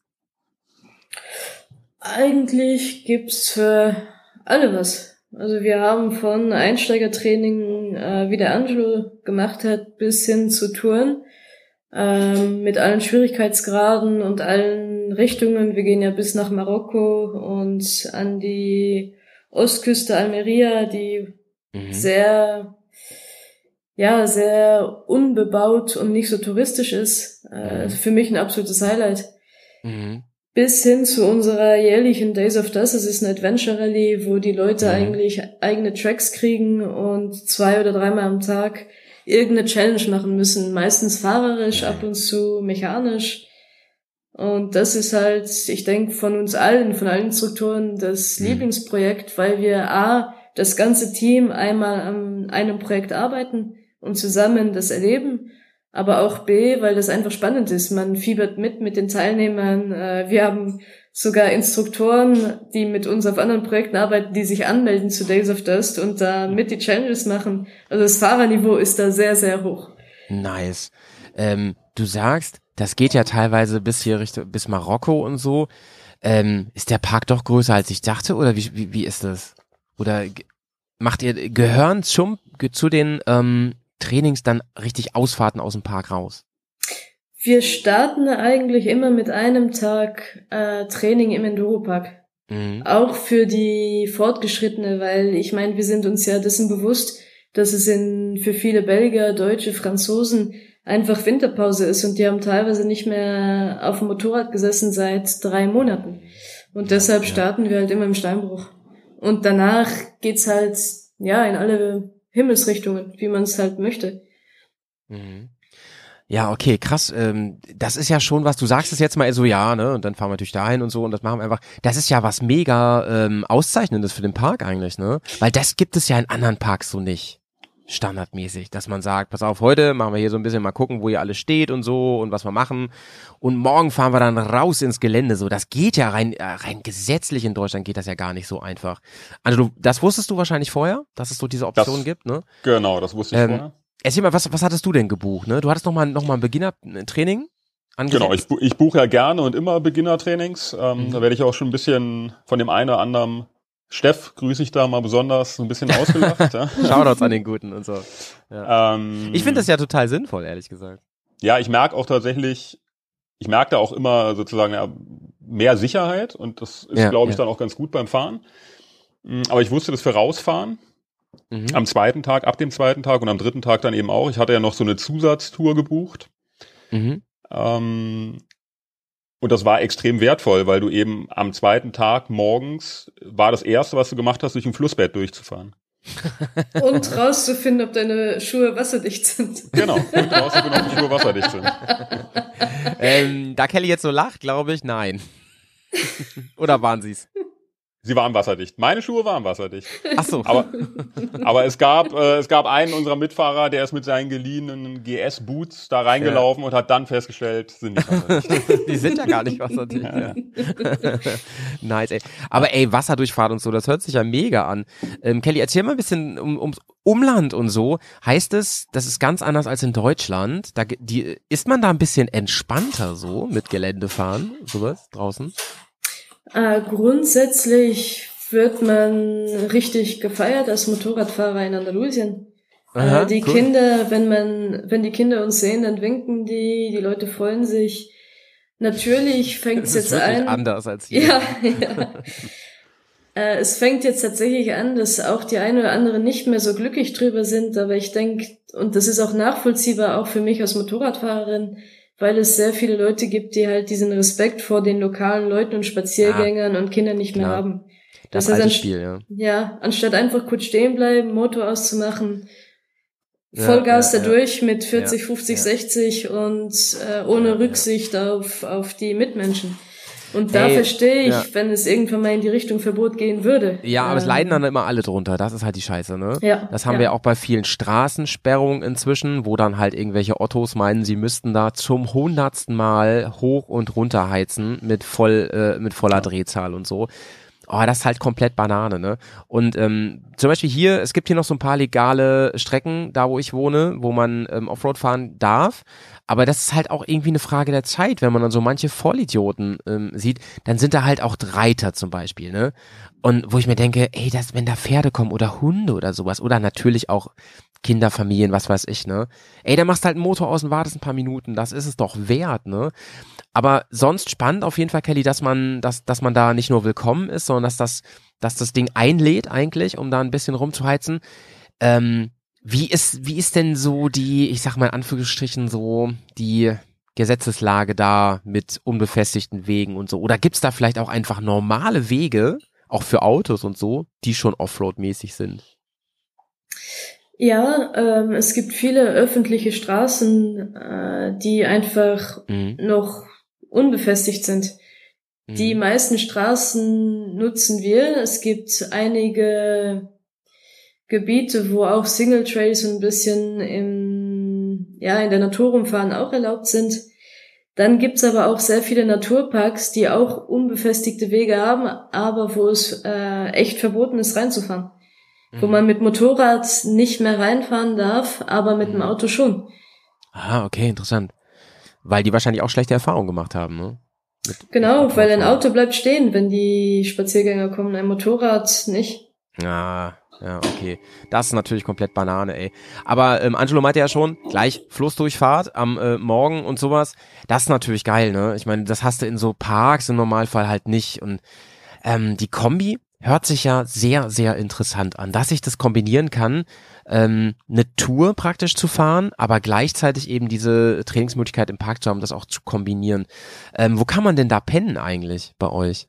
Eigentlich gibt's für alle was. Also wir haben von Einsteigertraining, äh, wie der Angelo gemacht hat, bis hin zu Touren, ähm, mit allen Schwierigkeitsgraden und allen Richtungen. Wir gehen ja bis nach Marokko und an die Ostküste Almeria, die Mhm. sehr, ja, sehr unbebaut und nicht so touristisch ist. Äh, Mhm. für mich ein absolutes Highlight. Mhm. bis hin zu unserer jährlichen Days of Dust. Es ist eine Adventure Rallye, wo die Leute Mhm. eigentlich eigene Tracks kriegen und zwei oder dreimal am Tag irgendeine Challenge machen müssen. Meistens fahrerisch, ab und zu mechanisch. Und das ist halt, ich denke, von uns allen, von allen Instruktoren das Mhm. Lieblingsprojekt, weil wir A, das ganze Team einmal an einem Projekt arbeiten und zusammen das erleben, aber auch B, weil das einfach spannend ist. Man fiebert mit mit den Teilnehmern. Äh, Wir haben sogar Instruktoren, die mit uns auf anderen Projekten arbeiten, die sich anmelden zu Days of Dust und da mit die Challenges machen. Also das Fahrerniveau ist da sehr, sehr hoch. Nice. Ähm, du sagst, das geht ja teilweise bis hier Richtung, bis Marokko und so. Ähm, ist der Park doch größer als ich dachte oder wie, wie, wie ist das? Oder ge- macht ihr, gehören zum, ge- zu den ähm, Trainings dann richtig Ausfahrten aus dem Park raus? Wir starten eigentlich immer mit einem Tag äh, Training im Enduropark. Mhm. Auch für die Fortgeschrittene, weil ich meine, wir sind uns ja dessen bewusst, dass es in für viele Belgier, Deutsche, Franzosen einfach Winterpause ist und die haben teilweise nicht mehr auf dem Motorrad gesessen seit drei Monaten. Und deshalb ja. starten wir halt immer im Steinbruch. Und danach geht's halt, ja, in alle Himmelsrichtungen, wie man es halt möchte. Mhm. Ja, okay, krass. Ähm, das ist ja schon was, du sagst es jetzt mal so, ja, ne, und dann fahren wir natürlich dahin und so und das machen wir einfach. Das ist ja was mega ähm, Auszeichnendes für den Park eigentlich, ne? Weil das gibt es ja in anderen Parks so nicht. Standardmäßig, dass man sagt, pass auf, heute machen wir hier so ein bisschen mal gucken, wo ihr alles steht und so und was wir machen und morgen fahren wir dann raus ins Gelände, so, das geht ja rein, äh, rein gesetzlich in Deutschland geht das ja gar nicht so einfach. Also du, das wusstest du wahrscheinlich vorher, dass es so diese Option Das- gibt, ne? Genau, das wusste ich Ähm, vorher. Erzähl mal, was, was hattest du denn gebucht, ne? Du hattest noch mal, noch mal ein Beginner-Training angesetzt? Genau, ich, bu- ich buche ja gerne und immer Beginner-Trainings. Ähm, Mhm. Da werde ich auch schon ein bisschen von dem einen oder anderen Steff, grüße ich da mal besonders, so ein bisschen ausgelacht. ja. Shoutouts an den Guten und so. Ja. Ähm, Ich finde das ja total sinnvoll, ehrlich gesagt. Ja, ich merke auch tatsächlich, ich merke da auch immer sozusagen ja, mehr Sicherheit und das ist, Ja, glaube ich, ja. dann auch ganz gut beim Fahren. Mm, Aber ich wusste das für rausfahren Mhm. am zweiten Tag, ab dem zweiten Tag und am dritten Tag dann eben auch. Ich hatte ja noch so eine Zusatztour gebucht. Mhm. Ähm, und das war extrem wertvoll, weil du eben am zweiten Tag morgens war das erste, was du gemacht hast, durch ein Flussbett durchzufahren. Und rauszufinden, ob deine Schuhe wasserdicht sind. Genau. Und rauszufinden, ob die Schuhe wasserdicht sind. ähm, da Kelly jetzt so lacht, glaube ich, nein. Oder waren sie's? Sie waren wasserdicht. Meine Schuhe waren wasserdicht. Ach so. Aber, aber es gab, äh, es gab einen unserer Mitfahrer, der ist mit seinen geliehenen G S-Boots da reingelaufen und hat dann festgestellt, sind nicht wasserdicht. Die sind ja gar nicht wasserdicht. Ja. Nice, ey. Aber ey, Wasserdurchfahrt und so, das hört sich ja mega an. Ähm, Kelly, erzähl mal ein bisschen um, ums Umland und so. Heißt es, das ist ganz anders als in Deutschland? Da, ge- die, ist man da ein bisschen entspannter so mit Geländefahren, sowas draußen? Äh, grundsätzlich wird man richtig gefeiert als Motorradfahrer in Andalusien. Aha, äh, die cool. Kinder, wenn man, wenn die Kinder uns sehen, dann winken die, die Leute freuen sich. Natürlich fängt es Das ist jetzt wirklich an. anders als hier. Ja, ja. äh, es fängt jetzt tatsächlich an, dass auch die eine oder andere nicht mehr so glücklich drüber sind, aber ich denke, und das ist auch nachvollziehbar, auch für mich als Motorradfahrerin, weil es sehr viele Leute gibt, die halt diesen Respekt vor den lokalen Leuten und Spaziergängern und Kindern nicht mehr klar. haben. Das Das heißt, alte anst- Spiel, ja. Ja, anstatt einfach kurz stehen bleiben, Motor auszumachen, Ja, Vollgas ja, da ja. durch mit vierzig, Ja, fünfzig, ja. sechzig und äh, ohne Ja, ja. Rücksicht auf auf die Mitmenschen. Und da Ey, verstehe ich, ja. wenn es irgendwann mal in die Richtung Verbot gehen würde. Ja, aber es Ähm, leiden dann immer alle drunter. Das ist halt die Scheiße, ne? Ja, Das haben ja. wir auch bei vielen Straßensperrungen inzwischen, wo dann halt irgendwelche Ottos meinen, sie müssten da zum hundertsten Mal hoch und runter heizen mit voll, äh, mit voller Drehzahl und so. Oh, das ist halt komplett Banane, ne? Und ähm, zum Beispiel hier, es gibt hier noch so ein paar legale Strecken, da wo ich wohne, wo man ähm, Offroad fahren darf. Aber das ist halt auch irgendwie eine Frage der Zeit, wenn man dann so manche Vollidioten ähm, sieht, dann sind da halt auch Reiter zum Beispiel, ne? Und wo ich mir denke, ey, das, wenn da Pferde kommen oder Hunde oder sowas, oder natürlich auch Kinderfamilien, was weiß ich, ne? Ey, da machst du halt einen Motor aus und wartest ein paar Minuten, das ist es doch wert, ne? Aber sonst spannend auf jeden Fall, Kelly, dass man, dass, dass man da nicht nur willkommen ist, sondern dass das, dass das Ding einlädt eigentlich, um da ein bisschen rumzuheizen. Ähm, wie ist, wie ist denn so die, ich sag mal in Anführungsstrichen so, die, Gesetzeslage da mit unbefestigten Wegen und so? Oder gibt's da vielleicht auch einfach normale Wege, auch für Autos und so, die schon Offroad-mäßig sind? Ja, ähm, es gibt viele öffentliche Straßen, äh, die einfach Mhm. noch unbefestigt sind. Die Mhm. meisten Straßen nutzen wir. Es gibt einige Gebiete, wo auch Single Trails ein bisschen im, ja, in der Natur rumfahren auch erlaubt sind. Dann gibt's aber auch sehr viele Naturparks, die auch unbefestigte Wege haben, aber wo es äh, echt verboten ist, reinzufahren. Wo Mhm. man mit Motorrad nicht mehr reinfahren darf, aber mit dem Mhm. Auto schon. Ah, okay, interessant. Weil die wahrscheinlich auch schlechte Erfahrungen gemacht haben, ne? Mit, Genau, mit weil ein Motorradfahren. Auto bleibt stehen, wenn die Spaziergänger kommen, ein Motorrad nicht. Ah, ja, okay. Das ist natürlich komplett Banane, ey. Aber ähm, Angelo meinte ja schon, gleich Flussdurchfahrt am äh, Morgen und sowas. Das ist natürlich geil, ne? Ich meine, das hast du in so Parks im Normalfall halt nicht. Und ähm, die Kombi hört sich ja sehr, sehr interessant an, dass ich das kombinieren kann, ähm, eine Tour praktisch zu fahren, aber gleichzeitig eben diese Trainingsmöglichkeit im Park zu haben, das auch zu kombinieren. Ähm, wo kann man denn da pennen eigentlich bei euch?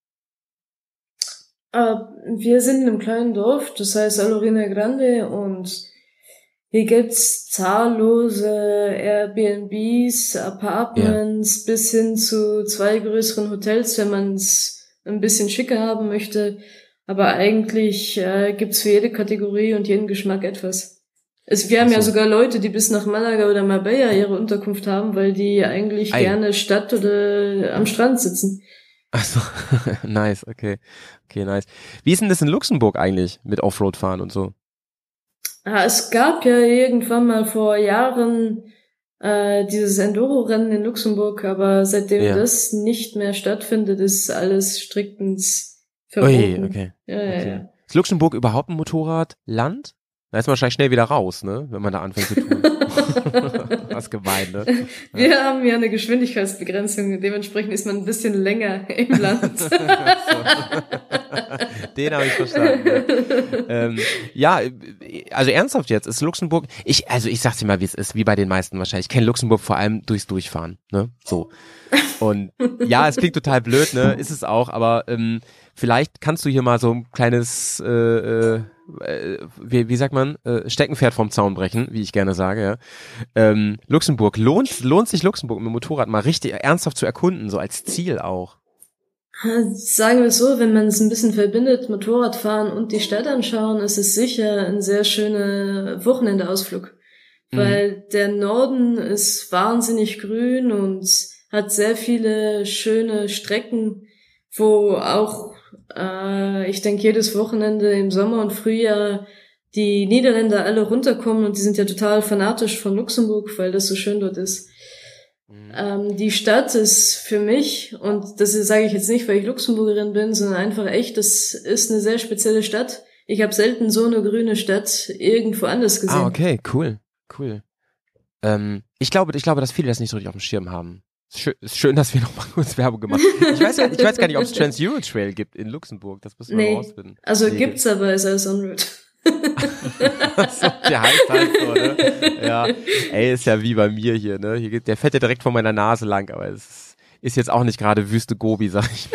Äh, wir sind in einem kleinen Dorf, das heißt Alorina Grande, und hier gibt's zahllose Airbnbs, Apartments, bis hin zu zwei größeren Hotels, wenn man es ein bisschen schicker haben möchte. Aber eigentlich äh, gibt's für jede Kategorie und jeden Geschmack etwas. Es, wir haben ja Ach so. sogar Leute, die bis nach Malaga oder Marbella ihre Unterkunft haben, weil die eigentlich Ei. gerne Stadt oder am Strand sitzen. Achso, nice, okay. Okay, nice. Wie ist denn das in Luxemburg eigentlich mit Offroad-Fahren und so? Ah, es gab ja irgendwann mal vor Jahren äh, dieses Enduro-Rennen in Luxemburg, aber seitdem Ja. das nicht mehr stattfindet, ist alles striktens Ui, verboten. okay. Ja, ja, okay. ja. Ist Luxemburg überhaupt ein Motorradland? Da ist man wahrscheinlich schnell wieder raus, ne? Wenn man da anfängt zu tun. Was gemein, ne? Wir haben ja eine Geschwindigkeitsbegrenzung, dementsprechend ist man ein bisschen länger im Land. Den habe ich verstanden. Ja. ähm, ja, also ernsthaft jetzt, ist Luxemburg, ich, also ich sag's dir mal, wie es ist, wie bei den meisten wahrscheinlich. Ich kenne Luxemburg vor allem durchs Durchfahren, ne? So. Und ja, es klingt total blöd, ne? Ist es auch, aber ähm, vielleicht kannst du hier mal so ein kleines, äh, äh, wie, wie sagt man, äh, Steckenpferd vom Zaun brechen, wie ich gerne sage, ja. Ähm, Luxemburg, lohnt, lohnt sich Luxemburg mit dem Motorrad mal richtig ernsthaft zu erkunden, so als Ziel auch. Sagen wir es so, wenn man es ein bisschen verbindet, Motorradfahren und die Stadt anschauen, ist es sicher ein sehr schöner Wochenendeausflug. Mhm. Weil der Norden ist wahnsinnig grün und hat sehr viele schöne Strecken, wo auch, äh, ich denke, jedes Wochenende im Sommer und Frühjahr die Niederländer alle runterkommen und die sind ja total fanatisch von Luxemburg, weil das so schön dort ist. Mhm. Ähm, die Stadt ist für mich, und das sage ich jetzt nicht, weil ich Luxemburgerin bin, sondern einfach echt, das ist eine sehr spezielle Stadt. Ich habe selten so eine grüne Stadt irgendwo anders gesehen. Ah, okay, cool, cool. Ähm, ich glaube, ich glaube, dass viele das nicht so richtig auf dem Schirm haben. Ist schön, ist schön, dass wir noch mal kurz Werbung gemacht haben. Ich weiß, gar- ich weiß gar nicht, ob es Trans-Euro-Trail gibt in Luxemburg. Das müssen wir Nee, mal rausfinden. also Nee, gibt's aber, ist alles on-road. so, der heißt halt so, ne? Ja, ey, ist ja wie bei mir hier, ne? Hier geht, der fährt ja direkt vor meiner Nase lang, aber es ist, ist jetzt auch nicht gerade Wüste Gobi, sag ich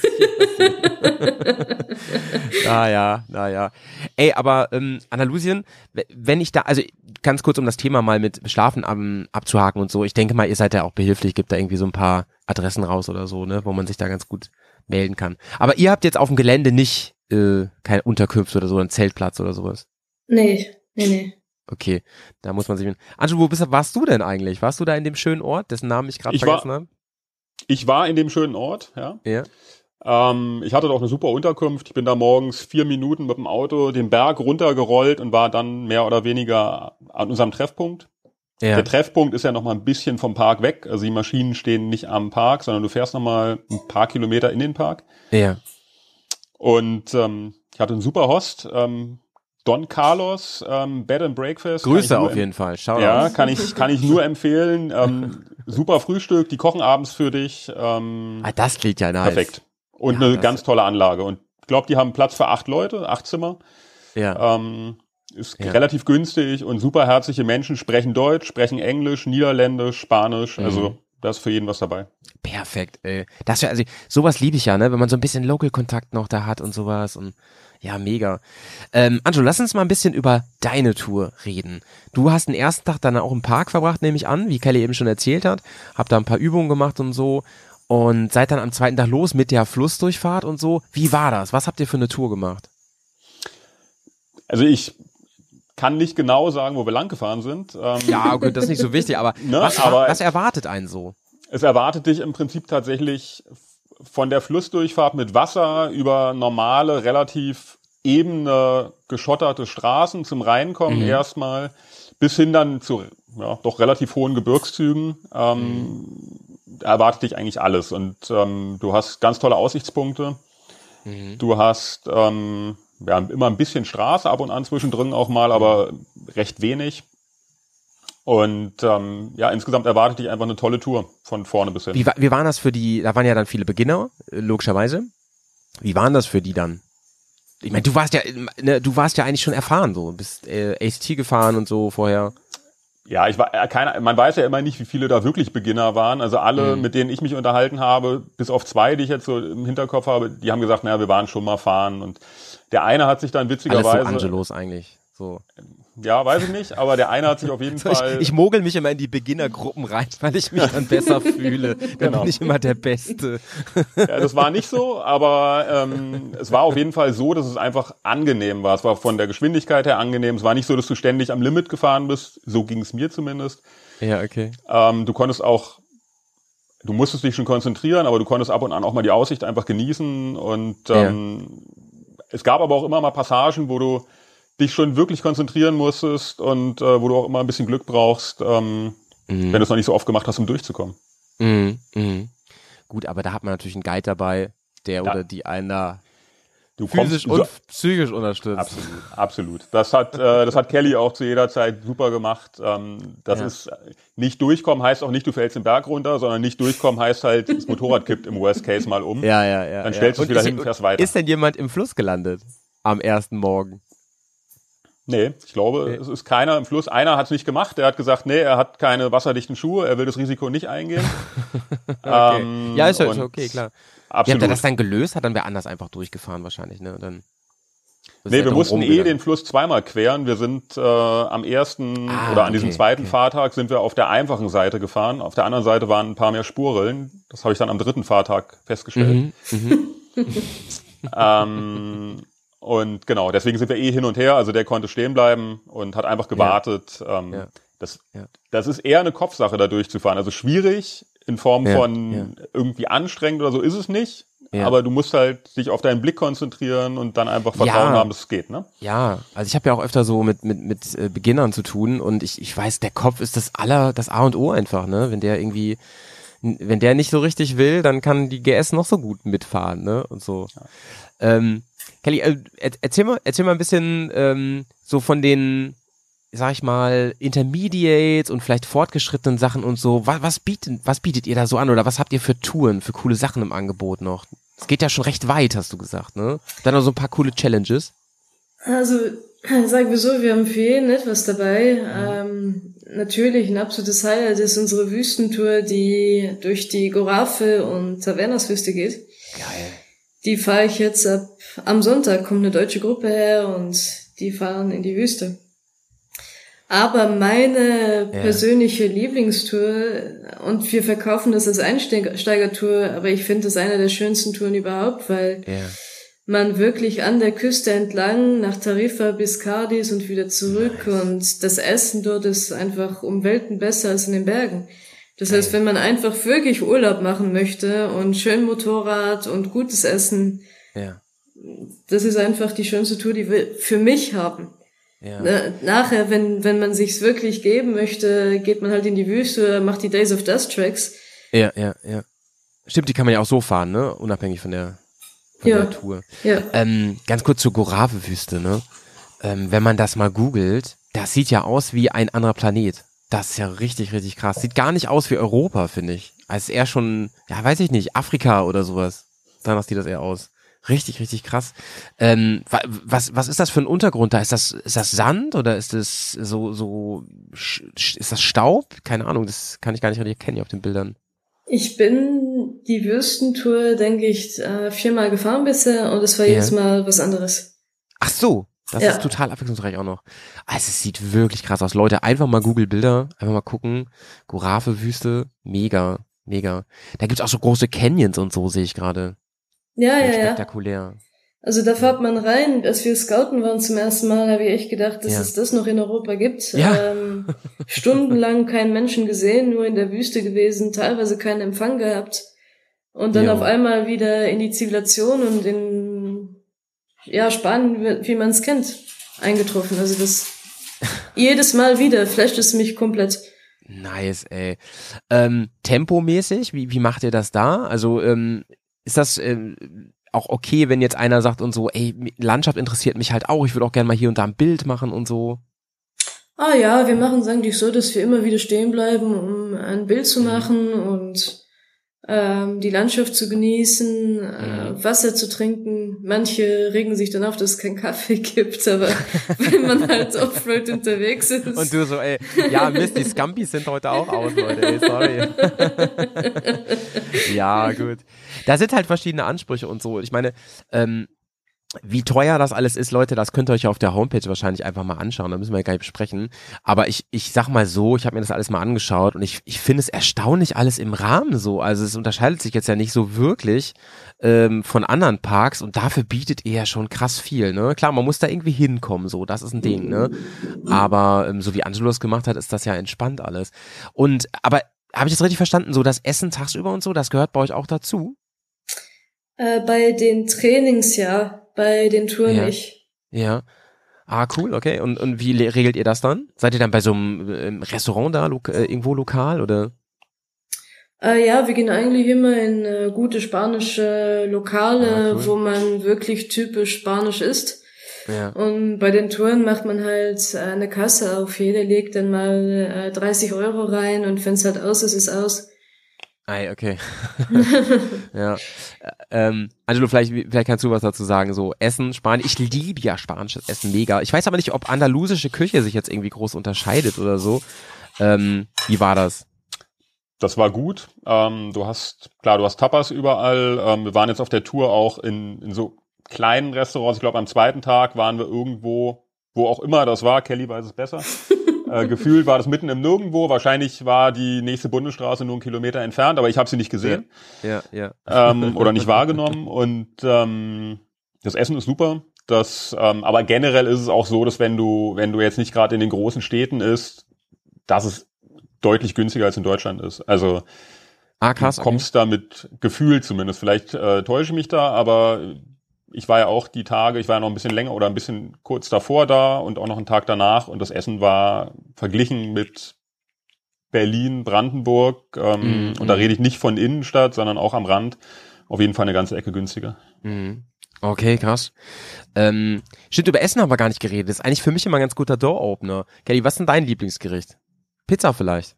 mal. Naja, naja. Ey, aber ähm, Andalusien, w- wenn ich da, also ganz kurz, um das Thema mal mit Schlafen am, abzuhaken und so, ich denke mal, ihr seid ja auch behilflich, gibt da irgendwie so ein paar Adressen raus oder so, ne, wo man sich da ganz gut melden kann. Aber ihr habt jetzt auf dem Gelände nicht äh, keine Unterkünfte oder so, einen Zeltplatz oder sowas. Nee, nee, nee. Okay, da muss man sich... Angelo, wo bist, warst du denn eigentlich? Warst du da in dem schönen Ort, dessen Namen ich gerade Ich war- vergessen habe? Ich war in dem schönen Ort, ja. Ja. Ähm, ich hatte doch eine super Unterkunft. Ich bin da morgens vier Minuten mit dem Auto den Berg runtergerollt und war dann mehr oder weniger an unserem Treffpunkt. Ja. Der Treffpunkt ist ja noch mal ein bisschen vom Park weg. Also die Maschinen stehen nicht am Park, sondern du fährst noch mal ein paar Kilometer in den Park. Ja. Und ähm, ich hatte einen super Host, ähm, Don Carlos, ähm, Bed and Breakfast. Kann ich Grüße nur auf em- jeden Fall. Schau Ja, kann ich, kann ich nur empfehlen. Ähm, super Frühstück, die kochen abends für dich. Ähm, Ah, das klingt ja nice. perfekt. Und Ja, eine das- ganz tolle Anlage. Und ich glaube, die haben Platz für acht Leute, acht Zimmer. Ja. Ähm, Ist Ja. relativ günstig und super herzliche Menschen, sprechen Deutsch, sprechen Englisch, Niederländisch, Spanisch, Mhm. also da ist für jeden was dabei. Perfekt, ey. Das wär, also sowas liebe ich ja, ne, wenn man so ein bisschen Local-Kontakt noch da hat und sowas und ja, mega. Ähm, Anjo, lass uns mal ein bisschen über deine Tour reden. Du hast den ersten Tag dann auch im Park verbracht, nehme ich an, wie Kelly eben schon erzählt hat. Hab da ein paar Übungen gemacht und so und seid dann am zweiten Tag los mit der Flussdurchfahrt und so. Wie war das? Was habt ihr für eine Tour gemacht? Also ich kann nicht genau sagen, wo wir lang gefahren sind. Ähm, Ja, okay, das ist nicht so wichtig, aber, Ne, was, aber- was erwartet einen so? Es erwartet dich im Prinzip tatsächlich von der Flussdurchfahrt mit Wasser über normale, relativ ebene, geschotterte Straßen zum Reinkommen Mhm. erstmal, bis hin dann zu ja, doch relativ hohen Gebirgszügen. Ähm, da erwartet dich eigentlich alles. Und ähm, du hast ganz tolle Aussichtspunkte. Mhm. Du hast ähm, ja, immer ein bisschen Straße ab und an zwischendrin auch mal, aber recht wenig. Und ähm, ja, insgesamt erwartet dich einfach eine tolle Tour von vorne bis hin. Wie, wa- wie waren das für die, da waren ja dann viele Beginner, äh, logischerweise. Wie waren das für die dann? Ich meine, du warst ja, ne, du warst ja eigentlich schon erfahren, so, bist äh, A C T gefahren und so vorher. Ja, ich war äh, keine, man weiß ja immer nicht, wie viele da wirklich Beginner waren. Also alle, Mhm. mit denen ich mich unterhalten habe, bis auf zwei, die ich jetzt so im Hinterkopf habe, die haben gesagt, naja, wir waren schon mal fahren. Und der eine hat sich dann Alles so witzigerweise, Angelos eigentlich. So. ja, weiß ich nicht, aber der eine hat sich auf jeden So, ich, Fall, ich mogel mich immer in die Beginnergruppen rein, weil ich mich dann besser fühle. Dann Genau. bin ich immer der Beste. ja, das war nicht so, aber ähm, es war auf jeden Fall so, dass es einfach angenehm war. Es war von der Geschwindigkeit her angenehm. Es war nicht so, dass du ständig am Limit gefahren bist. So ging es mir zumindest. Ja, okay. Ähm, du konntest auch, du musstest dich schon konzentrieren, aber du konntest ab und an auch mal die Aussicht einfach genießen. Und ähm, es gab aber auch immer mal Passagen, wo du dich schon wirklich konzentrieren musstest und äh, wo du auch immer ein bisschen Glück brauchst, ähm, Mhm. wenn du es noch nicht so oft gemacht hast, um durchzukommen. Mhm. Mhm. Gut, aber da hat man natürlich einen Guide dabei, der Ja. oder die einen da Du physisch kommst, und psychisch unterstützt. Absolut, absolut. Das hat, äh, das hat Kelly auch zu jeder Zeit super gemacht. Ähm, das Ja. ist äh, nicht durchkommen heißt auch nicht, du fällst den Berg runter, sondern nicht durchkommen heißt halt, das Motorrad kippt im Worst Case mal um. Ja, ja, ja. Dann ja. stellst du es Und wieder ist- hin und fährst weiter. Ist denn jemand im Fluss gelandet? Am ersten Morgen? Nee, ich glaube, Okay. es ist keiner im Fluss. Einer hat es nicht gemacht. Der hat gesagt, nee, er hat keine wasserdichten Schuhe, er will das Risiko nicht eingehen. Okay. Ähm, ja, ist ja ist und okay, klar. Wie Absolut. habt ihr das dann gelöst? Hat dann wer anders einfach durchgefahren wahrscheinlich, ne? Dann, das ist Nee, ja wir dumm mussten eh rumgegangen. den Fluss zweimal queren. Wir sind äh, am ersten Ah, oder an diesem okay, zweiten okay. Fahrtag sind wir auf der einfachen Seite gefahren. Auf der anderen Seite waren ein paar mehr Spurrillen. Das habe ich dann am dritten Fahrtag festgestellt. Mhm, mhm. Ähm, und genau, deswegen sind wir eh hin und her. Also der konnte stehen bleiben und hat einfach gewartet. Ähm, Ja. Das, Ja. das ist eher eine Kopfsache, da durchzufahren. Also schwierig in Form Ja, von ja. irgendwie anstrengend oder so ist es nicht. Ja. Aber du musst halt dich auf deinen Blick konzentrieren und dann einfach Vertrauen Ja. haben, dass es geht, ne? Ja, also ich habe ja auch öfter so mit mit mit äh, Beginnern zu tun und ich ich weiß, der Kopf ist das aller das A und O einfach, ne? Wenn der irgendwie n- wenn der nicht so richtig will, dann kann die G S noch so gut mitfahren, ne? Und so. Ähm, Kelly, äh, er, erzähl mal erzähl mal ein bisschen ähm, so von den, sag ich mal, Intermediates und vielleicht fortgeschrittenen Sachen und so. Was, was bietet was bietet ihr da so an oder was habt ihr für Touren, für coole Sachen im Angebot noch? Es geht ja schon recht weit, hast du gesagt, ne? Dann noch so ein paar coole Challenges. Also, sagen wir so, wir haben für jeden etwas dabei. Ähm, natürlich ein absolutes Highlight ist unsere Wüstentour, die durch die Gorafe und Tavernas-Wüste geht. Geil. Die fahre ich jetzt ab, am Sonntag kommt eine deutsche Gruppe her und die fahren in die Wüste. Aber meine Ja. persönliche Lieblingstour, und wir verkaufen das als Einsteigertour, aber ich finde das eine der schönsten Touren überhaupt, weil Ja. man wirklich an der Küste entlang nach Tarifa bis Cadiz und wieder zurück und das Essen dort ist einfach um Welten besser als in den Bergen. Das heißt, wenn man einfach wirklich Urlaub machen möchte und schön Motorrad und gutes Essen, Ja. das ist einfach die schönste Tour, die wir für mich haben. Ja. Na, nachher, wenn wenn man sich's wirklich geben möchte, geht man halt in die Wüste, macht die Days of Dust Tracks. Ja, ja, ja. Stimmt, die kann man ja auch so fahren, ne? Unabhängig von der, von Ja. der Tour. Ja. Ähm, ganz kurz zur Gorave-Wüste, ne? Ähm, wenn man das mal googelt, das sieht ja aus wie ein anderer Planet. Das ist ja richtig, richtig krass. Sieht gar nicht aus wie Europa, finde ich. Als eher schon, ja, weiß ich nicht, Afrika oder sowas. Danach sieht das eher aus. Richtig, richtig krass. Ähm, wa- was, was ist das für ein Untergrund da? Ist das, ist das Sand oder ist das so, so, sch- ist das Staub? Keine Ahnung, das kann ich gar nicht richtig erkennen hier auf den Bildern. Ich bin die Wüstentour, denke ich, äh, viermal gefahren bisher und es war Ja. jedes Mal was anderes. Ach so, das Ja. ist total abwechslungsreich auch noch. Also es sieht wirklich krass aus. Leute, einfach mal Google Bilder, einfach mal gucken. Gurafe-Wüste, mega, mega. Da gibt's auch so große Canyons und so, sehe ich gerade. Ja, ja, ja. Spektakulär. Also da fährt man rein. Als wir Scouten waren zum ersten Mal, habe ich echt gedacht, dass Ja. es das noch in Europa gibt. Ja. Ähm, stundenlang keinen Menschen gesehen, nur in der Wüste gewesen, teilweise keinen Empfang gehabt. Und dann Jo. auf einmal wieder in die Zivilisation und in ja Spanien, wie man es kennt, eingetroffen. Also das jedes Mal wieder flasht es mich komplett. Nice, ey. Ähm, tempomäßig, wie, wie macht ihr das da? Also, ähm, ist das ähm, auch okay, wenn jetzt einer sagt und so, ey, Landschaft interessiert mich halt auch, ich würde auch gerne mal hier und da ein Bild machen und so. Ah ja, wir machen es eigentlich so, dass wir immer wieder stehen bleiben, um ein Bild zu machen und ähm, die Landschaft zu genießen, äh, Wasser zu trinken. Manche regen sich dann auf, dass es keinen Kaffee gibt, aber wenn man halt Offroad unterwegs ist. Und du so, ey, ja Mist, die Scampis sind heute auch aus, Leute, ey, sorry. Ja, gut. Da sind halt verschiedene Ansprüche und so. Ich meine, ähm, wie teuer das alles ist, Leute, das könnt ihr euch auf der Homepage wahrscheinlich einfach mal anschauen, da müssen wir ja gar nicht besprechen. Aber ich ich sag mal so, ich habe mir das alles mal angeschaut und ich ich finde es erstaunlich alles im Rahmen so. Also es unterscheidet sich jetzt ja nicht so wirklich ähm, von anderen Parks und dafür bietet ihr ja schon krass viel, ne? Klar, man muss da irgendwie hinkommen, so, das ist ein Ding, ne? Aber ähm, so wie Angelo das gemacht hat, ist das ja entspannt alles. Und, aber habe ich das richtig verstanden, so das Essen tagsüber und so, das gehört bei euch auch dazu? Äh, bei den Trainings ja, bei den Touren Ja. nicht. Ja. Ah, cool, okay. Und, und wie le- regelt ihr das dann? Seid ihr dann bei so einem ähm, Restaurant da, lo äh, irgendwo lokal, oder? Äh, ja, wir gehen eigentlich immer in äh, gute spanische Lokale, Ah, cool. wo man wirklich typisch spanisch isst. Ja. Und bei den Touren macht man halt äh, eine Kasse auf. Jeder legt dann mal äh, dreißig Euro rein und wenn's halt aus ist, ist aus. Ei, okay. Ja. Ä- Ähm, Angelo, vielleicht, vielleicht kannst du was dazu sagen, so Essen, Spanien. Ich liebe ja spanisches Essen mega. Ich weiß aber nicht, ob andalusische Küche sich jetzt irgendwie groß unterscheidet oder so. Ähm, wie war das? Das war gut. Ähm, du hast, klar, du hast Tapas überall. Ähm, wir waren jetzt auf der Tour auch in, in so kleinen Restaurants. Ich glaube, am zweiten Tag waren wir irgendwo, wo auch immer das war. Kelly weiß es besser. äh, gefühlt war das mitten im Nirgendwo. Wahrscheinlich war die nächste Bundesstraße nur einen Kilometer entfernt, aber ich habe sie nicht gesehen. Ja, ja. ähm, oder nicht wahrgenommen. Und ähm, das Essen ist super. Das, ähm, aber generell ist es auch so, dass wenn du, wenn du jetzt nicht gerade in den großen Städten isst, dass es deutlich günstiger als in Deutschland ist. Also Ah, krass. du kommst da mit Gefühl zumindest. Vielleicht äh, täusche ich mich da, aber ich war ja auch die Tage, ich war ja noch ein bisschen länger oder ein bisschen kurz davor da und auch noch einen Tag danach und das Essen war verglichen mit Berlin, Brandenburg ähm, Mhm. und da rede ich nicht von Innenstadt, sondern auch am Rand, auf jeden Fall eine ganze Ecke günstiger. Mhm. Okay, krass. Ähm, stimmt, über Essen haben wir gar nicht geredet. Das ist eigentlich für mich immer ein ganz guter Door-Opener. Kelly, was ist denn dein Lieblingsgericht? Pizza vielleicht?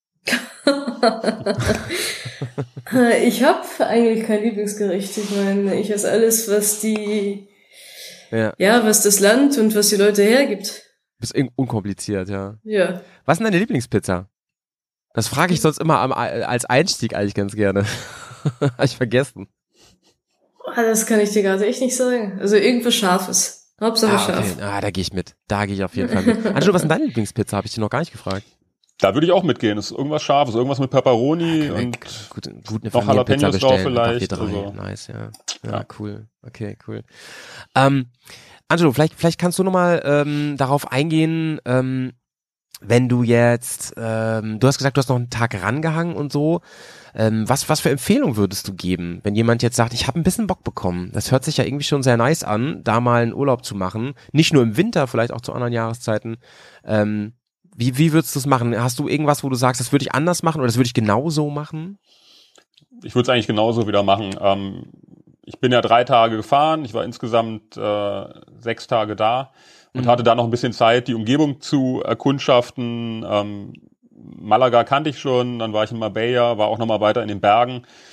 Äh, ich habe eigentlich kein Lieblingsgericht. Ich meine, ich esse alles, was die, Ja. ja, was das Land und was die Leute hergibt. Bist un- unkompliziert, ja. Ja. Was ist denn deine Lieblingspizza? Das frage ich sonst immer am, als Einstieg eigentlich ganz gerne. Hab ich vergessen. Ah, das kann ich dir gerade echt nicht sagen. Also irgendwas Scharfes. Hauptsache Ah, scharf. okay. Ah, da gehe ich mit. Da gehe ich auf jeden Fall mit. Angelo, was ist denn deine Lieblingspizza? Habe ich dir noch gar nicht gefragt. Da würde ich auch mitgehen. Das ist irgendwas Scharfes, irgendwas mit Pepperoni Ah, und gut, gut eine noch Familienpizza Jalapenos drauf bestellen. Einfach vielleicht, wir drei. also. Nice, ja. ja. Ja. Cool. Okay, cool. Ähm, Angelo, vielleicht, vielleicht kannst du nochmal ähm, darauf eingehen, ähm, wenn du jetzt, ähm, du hast gesagt, du hast noch einen Tag rangehangen und so. Ähm, was, was für Empfehlungen würdest du geben, wenn jemand jetzt sagt, ich habe ein bisschen Bock bekommen? Das hört sich ja irgendwie schon sehr nice an, da mal einen Urlaub zu machen. Nicht nur im Winter, vielleicht auch zu anderen Jahreszeiten. Ähm, wie, wie würdest du es machen? Hast du irgendwas, wo du sagst, das würde ich anders machen oder das würde ich genauso machen? ich würde es eigentlich genauso wieder machen. Ähm, ich bin ja drei Tage gefahren, ich war insgesamt äh, sechs Tage da und Mhm. hatte da noch ein bisschen Zeit, die Umgebung zu erkundschaften. Ähm, Malaga kannte ich schon, dann war ich in Marbella, war auch noch mal weiter in den Bergen. Mhm.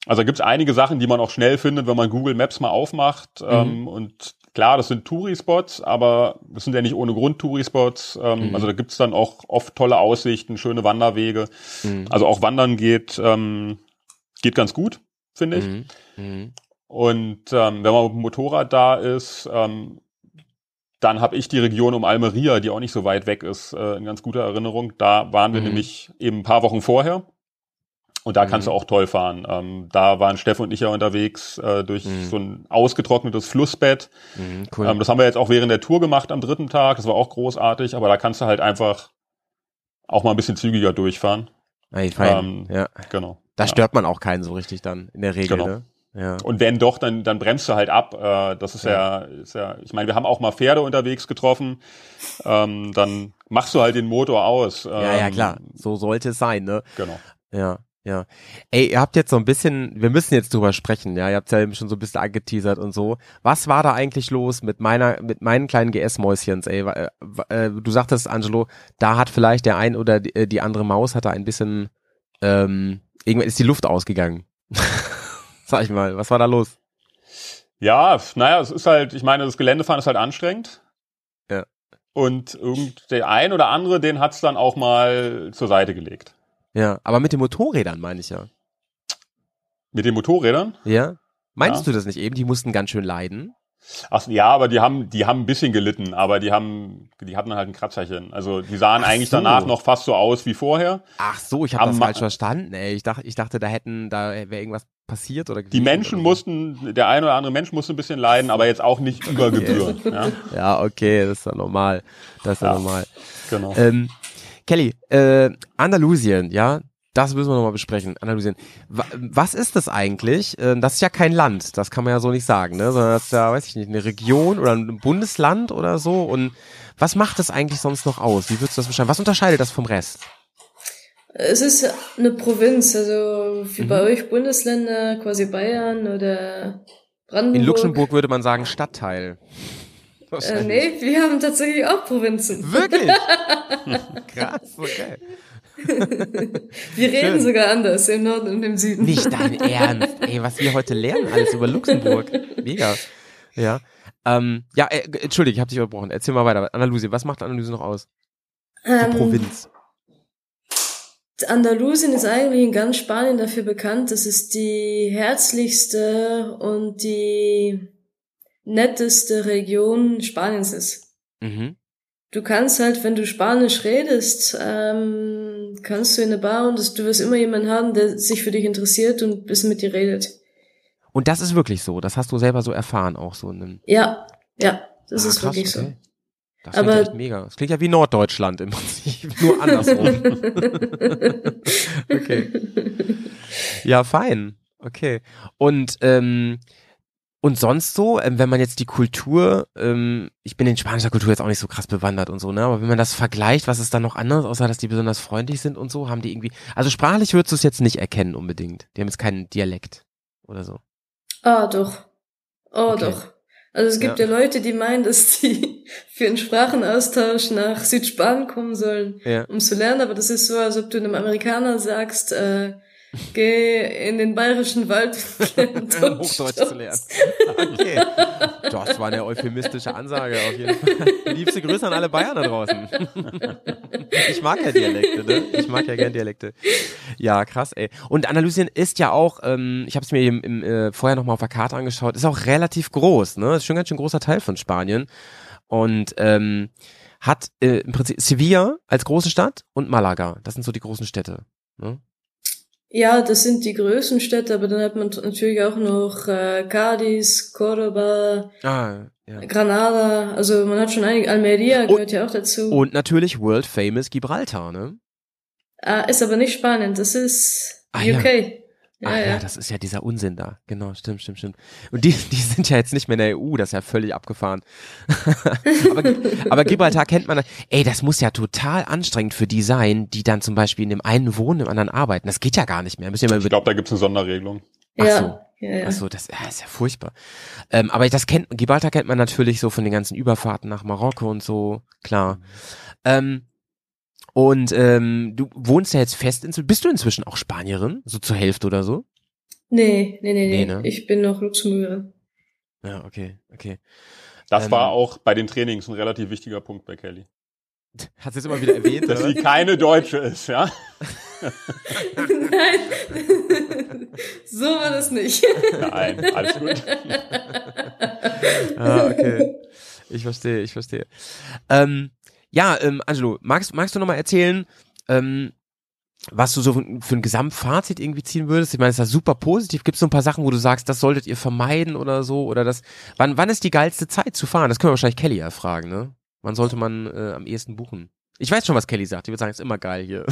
Also da gibt's einige Sachen, die man auch schnell findet, wenn man Google Maps mal aufmacht. Mhm. Ähm, und klar, das sind Touri-Spots, aber das sind ja nicht ohne Grund Touri-Spots. Ähm, mhm. Also da gibt's dann auch oft tolle Aussichten, schöne Wanderwege. Mhm. Also auch Wandern geht ähm, geht ganz gut, finde ich. Mhm. Mhm. Und ähm, wenn man mit dem Motorrad da ist, ähm, dann habe ich die Region um Almeria, die auch nicht so weit weg ist, äh, in ganz guter Erinnerung. Da waren wir mhm. nämlich eben ein paar Wochen vorher. Und da kannst mhm. du auch toll fahren. Ähm, da waren Steff und ich ja unterwegs äh, durch mhm. so ein ausgetrocknetes Flussbett. Mhm, cool. Ähm, das haben wir jetzt auch während der Tour gemacht am dritten Tag. Das war auch großartig. Aber da kannst du halt einfach auch mal ein bisschen zügiger durchfahren. Ey, fein. Ähm, ja. Genau. Da ja. stört man auch keinen so richtig dann in der Regel. Genau. Ne? Ja. Und wenn doch, dann dann bremst du halt ab. Äh, das ist ja. ja, ist ja. Ich meine, wir haben auch mal Pferde unterwegs getroffen. Ähm, dann machst du halt den Motor aus. Ähm, ja, ja, klar. So sollte es sein, ne? Genau. Ja. Ja. Ey, ihr habt jetzt so ein bisschen, wir müssen jetzt drüber sprechen, ja, ihr habt ja eben schon so ein bisschen angeteasert und so. Was war da eigentlich los mit meiner, mit meinen kleinen G S-Mäuschens, ey? Äh, äh, du sagtest, Angelo, da hat vielleicht der ein oder die, die andere Maus hat da ein bisschen, ähm, irgendwann ist die Luft ausgegangen. Sag ich mal, was war da los? Ja, naja, es ist halt, ich meine, das Geländefahren ist halt anstrengend. Ja. Und irgend der ein oder andere, den hat's dann auch mal zur Seite gelegt. Ja, aber mit den Motorrädern meine ich ja. Mit den Motorrädern? Ja. Meinst ja. du das nicht eben? Die mussten ganz schön leiden. Ach ja, aber die haben, die haben ein bisschen gelitten, aber die haben, die hatten halt ein Kratzerchen. Also die sahen Ach eigentlich so. danach noch fast so aus wie vorher. Ach so, ich habe das falsch verstanden. Ey, ich dachte, ich dachte, da hätten, da wäre irgendwas passiert oder die Menschen oder so. mussten, der eine oder andere Mensch musste ein bisschen leiden, aber jetzt auch nicht über Gebühr. Ja. ja, okay, das ist ja normal. Das ist ja, ja normal. Genau. Ähm, Kelly, äh, Andalusien, ja, das müssen wir nochmal besprechen. Andalusien. Was ist das eigentlich? Das ist ja kein Land, das kann man ja so nicht sagen, ne? Sondern das ist ja, weiß ich nicht, eine Region oder ein Bundesland oder so. Und was macht das eigentlich sonst noch aus? Wie würdest du das beschreiben? Was unterscheidet das vom Rest? Es ist eine Provinz, also wie mhm. bei euch Bundesländer, quasi Bayern oder Brandenburg. In Luxemburg würde man sagen Stadtteil. Äh, nee, wir haben tatsächlich auch Provinzen. Wirklich? Krass, okay. Wir reden Schön. sogar anders im Norden und im Süden. Nicht dein Ernst. Ey, was wir heute lernen alles über Luxemburg. Mega. Ja. Ähm, ja, äh, entschuldige, ich habe dich überbrochen. Erzähl mal weiter. Andalusien, was macht Andalusien noch aus? Die ähm, Provinz. Andalusien ist eigentlich in ganz Spanien dafür bekannt, dass es die herzlichste und die netteste Region Spaniens ist. Mhm. Du kannst halt, wenn du Spanisch redest, ähm, kannst du in eine Bar und das, du wirst immer jemanden haben, der sich für dich interessiert und ein bisschen mit dir redet. Und das ist wirklich so, das hast du selber so erfahren auch so in einem... Ja, ja, das ah, ist krass, wirklich okay. so. Das klingt aber, ja echt mega. Das klingt ja wie Norddeutschland im Prinzip, nur andersrum. Okay. Ja, fein. Okay. Und ähm, und sonst so, ähm, wenn man jetzt die Kultur, ähm, ich bin in spanischer Kultur jetzt auch nicht so krass bewandert und so, ne, aber wenn man das vergleicht, was ist da noch anders, außer dass die besonders freundlich sind und so, haben die irgendwie, also sprachlich würdest du es jetzt nicht erkennen unbedingt. Die haben jetzt keinen Dialekt oder so. Ah, doch. Oh, Okay. doch. Also es gibt ja. ja Leute, die meinen, dass die für einen Sprachenaustausch nach Südspanien kommen sollen, Ja. um zu lernen, aber das ist so, als ob du einem Amerikaner sagst, äh, geh in den bayerischen Wald, um Hochdeutsch zu lernen. Okay. Das war eine euphemistische Ansage auf jeden Fall. Liebste Grüße an alle Bayern da draußen. Ich mag ja Dialekte, ne? Ich mag ja gern Dialekte. Ja, krass, ey. Und Andalusien ist ja auch, ähm, ich habe es mir im, im, äh, vorher nochmal auf der Karte angeschaut, ist auch relativ groß, ne? Ist schon ein ganz schön großer Teil von Spanien. Und ähm, hat äh, im Prinzip Sevilla als große Stadt und Malaga. Das sind so die großen Städte, ne? Ja, das sind die größten Städte, aber dann hat man t- natürlich auch noch äh, Cádiz, Córdoba, Ah, ja. Granada, also man hat schon einige, Almeria gehört ja auch dazu. Und natürlich world famous Gibraltar, ne? Ah, ist aber nicht Spanien, das ist Ah, U K. Ja, Ah ja. ja, das ist ja dieser Unsinn da. Genau, stimmt, stimmt, stimmt. Und die, die sind ja jetzt nicht mehr in der E U, das ist ja völlig abgefahren. aber, aber Gibraltar kennt man, ey, das muss ja total anstrengend für die sein, die dann zum Beispiel in dem einen wohnen, im anderen arbeiten. Das geht ja gar nicht mehr. Müssen wir mal Ich über glaube, da gibt's eine Sonderregelung. Ach ja, so. ja, ja. Ach so, das ja, ist ja furchtbar. Ähm, aber das kennt, Gibraltar kennt man natürlich so von den ganzen Überfahrten nach Marokko und so, klar. Ähm, und ähm, du wohnst ja jetzt fest, in, bist du inzwischen auch Spanierin? So zur Hälfte oder so? Nee, nee, nee, nee. Nee, ne? Ich bin noch Luxemburgerin. Ja, okay, okay. Das Ähm, war auch bei den Trainings ein relativ wichtiger Punkt bei Kelly. Hat sie jetzt immer wieder erwähnt, Dass oder? sie keine Deutsche ist, ja? Nein, so war das nicht. Nein, alles gut. Ah, okay. Ich verstehe, ich verstehe. Ähm, ja, ähm, Angelo, magst, magst du nochmal erzählen, ähm, was du so für, für ein Gesamtfazit irgendwie ziehen würdest? Ich meine, es ist ja super positiv. Gibt es so ein paar Sachen, wo du sagst, das solltet ihr vermeiden oder so? Oder das, wann, wann ist die geilste Zeit zu fahren? Das können wir wahrscheinlich Kelly ja fragen, ne? Wann sollte man äh, am ehesten buchen? Ich weiß schon, was Kelly sagt. Die wird sagen, es ist immer geil hier.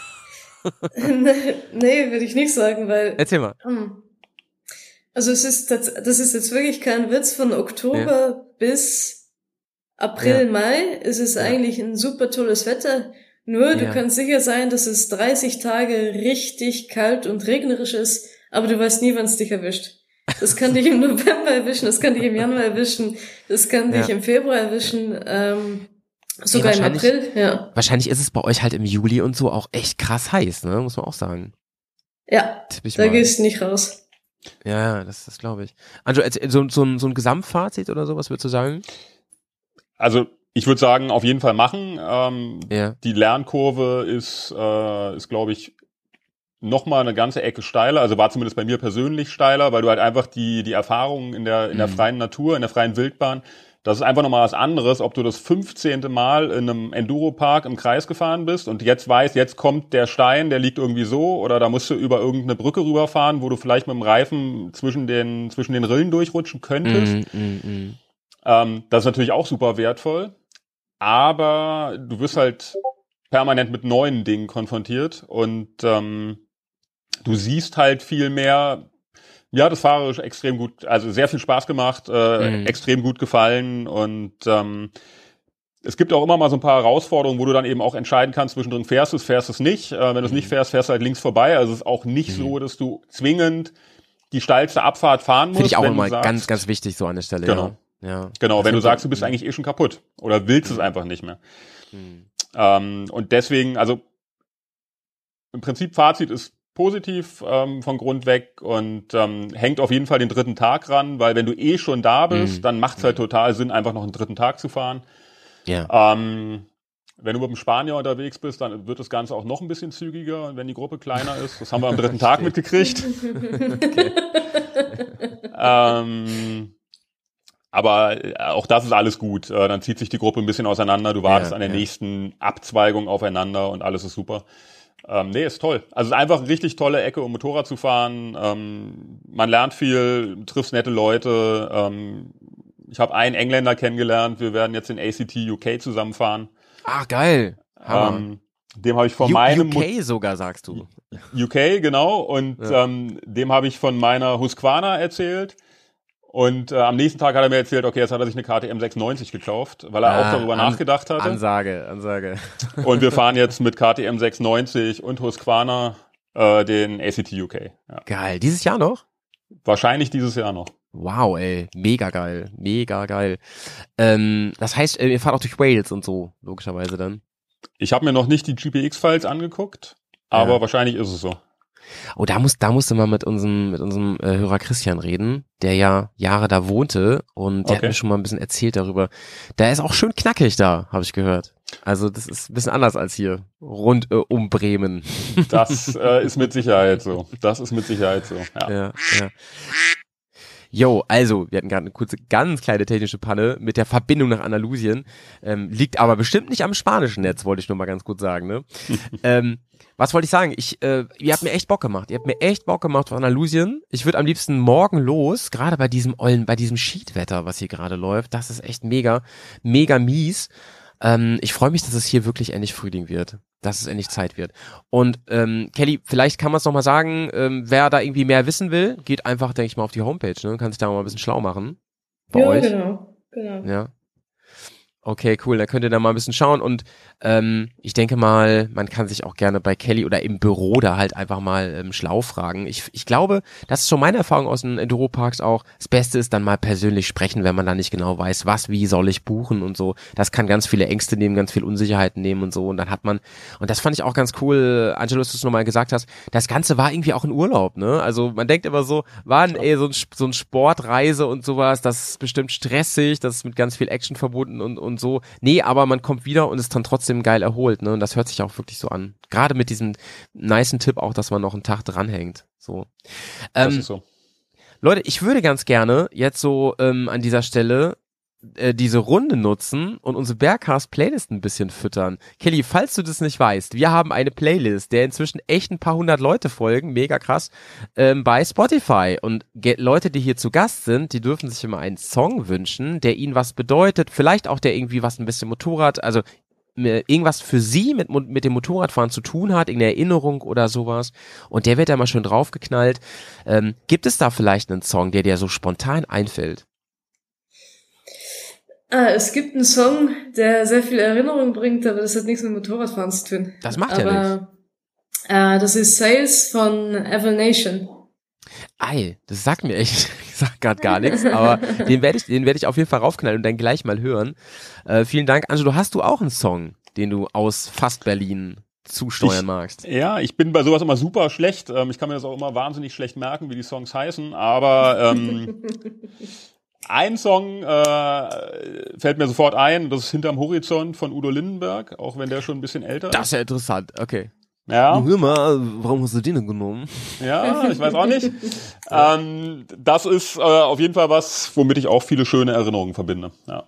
nee, nee, würde ich nicht sagen, weil... Erzähl mal. Hm. Also es ist, das, das ist jetzt wirklich kein Witz, von Oktober Ja. bis April, Ja. Mai ist es Ja. eigentlich ein super tolles Wetter. Nur du Ja. kannst sicher sein, dass es dreißig Tage richtig kalt und regnerisch ist, aber du weißt nie, wann es dich erwischt. Das kann dich im November erwischen, das kann dich im Januar erwischen, das kann dich Ja. im Februar erwischen, ähm, sogar Ey, im wahrscheinlich- April, ja. Wahrscheinlich ist es bei euch halt im Juli und so auch echt krass heiß, ne? Muss man auch sagen. Ja, Tipp ich da mal. gehst du nicht raus. Ja, ja, das, das glaube ich. Angelo, erzähl- so, so, ein, so ein Gesamtfazit oder so, was würdest du sagen? Also ich würde sagen, auf jeden Fall machen. Ähm, Ja. Die Lernkurve ist, äh, ist glaube ich, nochmal eine ganze Ecke steiler. Also war zumindest bei mir persönlich steiler, weil du halt einfach die die Erfahrungen in der in der Mhm. freien Natur, in der freien Wildbahn, das ist einfach nochmal was anderes, ob du das fünfzehnte Mal in einem Enduropark im Kreis gefahren bist und jetzt weißt, jetzt kommt der Stein, der liegt irgendwie so, oder da musst du über irgendeine Brücke rüberfahren, wo du vielleicht mit dem Reifen zwischen den zwischen den Rillen durchrutschen könntest. Mm, mm, mm. Ähm, das ist natürlich auch super wertvoll, aber du wirst halt permanent mit neuen Dingen konfrontiert und ähm, du siehst halt viel mehr. Ja, das fahrerisch extrem gut, also sehr viel Spaß gemacht, äh, Mhm. extrem gut gefallen und ähm, es gibt auch immer mal so ein paar Herausforderungen, wo du dann eben auch entscheiden kannst, zwischendrin fährst du es, fährst du es nicht. Äh, wenn du es Mhm. nicht fährst, fährst du halt links vorbei. Also es ist auch nicht Mhm. so, dass du zwingend die steilste Abfahrt fahren musst. Finde ich auch wenn immer du sagst, ganz, ganz wichtig so an der Stelle. Genau. Ja. Ja. Genau, Das wenn du sind so- sagst, du bist eigentlich eh schon kaputt oder willst es Mhm. einfach nicht mehr. Mhm. Ähm, und deswegen, also im Prinzip Fazit ist positiv ähm, von Grund weg und ähm, hängt auf jeden Fall den dritten Tag ran, weil wenn du eh schon da bist, Mhm. dann macht es halt total Sinn, einfach noch einen dritten Tag zu fahren. Ja. Ähm, wenn du mit dem Spanier unterwegs bist, dann wird das Ganze auch noch ein bisschen zügiger und wenn die Gruppe kleiner ist. Das haben wir am dritten Tag mitgekriegt. ähm, aber äh, auch das ist alles gut. Äh, dann zieht sich die Gruppe ein bisschen auseinander. Du wartest Ja, an der ja. nächsten Abzweigung aufeinander und alles ist super. Ähm, nee, ist toll. Also es ist einfach eine richtig tolle Ecke, um Motorrad zu fahren. Ähm, man lernt viel, triffst nette Leute. Ähm, ich habe einen Engländer kennengelernt. Wir werden jetzt in A C T U K zusammenfahren. Ach, geil. Hammer. Ähm, dem habe ich von U- meinem U K sogar, sagst du. U K, genau. Und Ja. ähm, dem habe ich von meiner Husqvarna erzählt. Und äh, am nächsten Tag hat er mir erzählt, okay, jetzt hat er sich eine K T M sechsundneunzig gekauft, weil er Ah, auch darüber An- nachgedacht hatte. Ansage, Ansage. Und wir fahren jetzt mit K T M sechsundneunzig und Husqvarna äh, den A C T U K. Ja. Geil. Dieses Jahr noch? Wahrscheinlich dieses Jahr noch. Wow, ey. Mega geil. Mega geil. Ähm, das heißt, äh, ihr fahrt auch durch Wales und so, logischerweise dann. Ich habe mir noch nicht die G P X-Files angeguckt, aber Ja. wahrscheinlich ist es so. Oh, da muss, da musste man mit unserem, mit unserem äh, Hörer Christian reden, der ja Jahre da wohnte und der Okay. hat mir schon mal ein bisschen erzählt darüber. Der ist auch schön knackig da, habe ich gehört. Also das ist ein bisschen anders als hier rund äh, um Bremen. Das äh, ist mit Sicherheit so. Das ist mit Sicherheit so. Ja. Ja, ja. Jo, also, wir hatten gerade eine kurze, ganz kleine technische Panne mit der Verbindung nach Andalusien. Ähm, liegt aber bestimmt nicht am spanischen Netz, wollte ich nur mal ganz kurz sagen, ne? ähm, was wollte ich sagen? Ich, äh, ihr habt mir echt Bock gemacht. Ihr habt mir echt Bock gemacht auf Andalusien. Ich würde am liebsten morgen los, gerade bei diesem ollen, bei diesem Schiedwetter, was hier gerade läuft. Das ist echt mega, mega mies. Ähm, ich freue mich, dass es hier wirklich endlich Frühling wird. Dass es endlich Zeit wird. Und ähm, Kelly, vielleicht kann man es nochmal sagen, ähm, wer da irgendwie mehr wissen will, geht einfach, denke ich mal, auf die Homepage, ne? Kann sich da mal ein bisschen schlau machen. Bei ja, euch. genau, genau. Ja. Okay, cool. Da könnt ihr da mal ein bisschen schauen und ähm, ich denke mal, man kann sich auch gerne bei Kelly oder im Büro da halt einfach mal ähm, schlau fragen. Ich, ich glaube, das ist schon meine Erfahrung aus den Enduroparks auch. Das Beste ist dann mal persönlich sprechen, wenn man da nicht genau weiß, was, wie soll ich buchen und so. Das kann ganz viele Ängste nehmen, ganz viel Unsicherheiten nehmen und so. Und dann hat man, und das fand ich auch ganz cool, Angelo, dass du es nochmal gesagt hast, das Ganze war irgendwie auch ein Urlaub, ne? Also man denkt immer so, war ein, ey, so ein, so ein Sportreise und sowas, das ist bestimmt stressig, das ist mit ganz viel Action verbunden und, und und so. Nee, aber man kommt wieder und ist dann trotzdem geil erholt, ne? Und das hört sich auch wirklich so an. Gerade mit diesem nicen Tipp auch, dass man noch einen Tag dranhängt. So. Ähm, das ist so. Leute, ich würde ganz gerne jetzt so ähm, an dieser Stelle äh, diese Runde nutzen und unsere Bergcast-Playlist ein bisschen füttern. Kelly, falls du das nicht weißt, wir haben eine Playlist, der inzwischen echt ein paar hundert Leute folgen, mega krass, ähm, bei Spotify. Und ge- Leute, die hier zu Gast sind, die dürfen sich immer einen Song wünschen, der ihnen was bedeutet, vielleicht auch der irgendwie was ein bisschen Motorrad, also irgendwas für sie mit, mit dem Motorradfahren zu tun hat, irgendeine Erinnerung oder sowas. Und der wird da mal schön draufgeknallt. Ähm, gibt es da vielleicht einen Song, der dir so spontan einfällt? Ah, es gibt einen Song, der sehr viel Erinnerung bringt, aber das hat nichts mit Motorradfahren zu tun. Das macht aber, ja nichts. Äh, das ist Sales von Evil Nation. Ei, das sagt mir echt, ich sag grad gar nichts, aber den werde ich, den werde ich auf jeden Fall raufknallen und dann gleich mal hören. Äh, vielen Dank. Angelo, hast du auch einen Song, den du aus fast Berlin zusteuern ich, magst? Ja, ich bin bei sowas immer super schlecht. Ähm, ich kann mir das auch immer wahnsinnig schlecht merken, wie die Songs heißen, aber ähm, ein Song äh, fällt mir sofort ein, das ist Hinterm Horizont von Udo Lindenberg, auch wenn der schon ein bisschen älter ist. Das ist ja interessant, okay. Ja. Hör mal, warum hast du den denn genommen? Ja, ich weiß auch nicht. ähm, das ist äh, auf jeden Fall was, womit ich auch viele schöne Erinnerungen verbinde. Ja,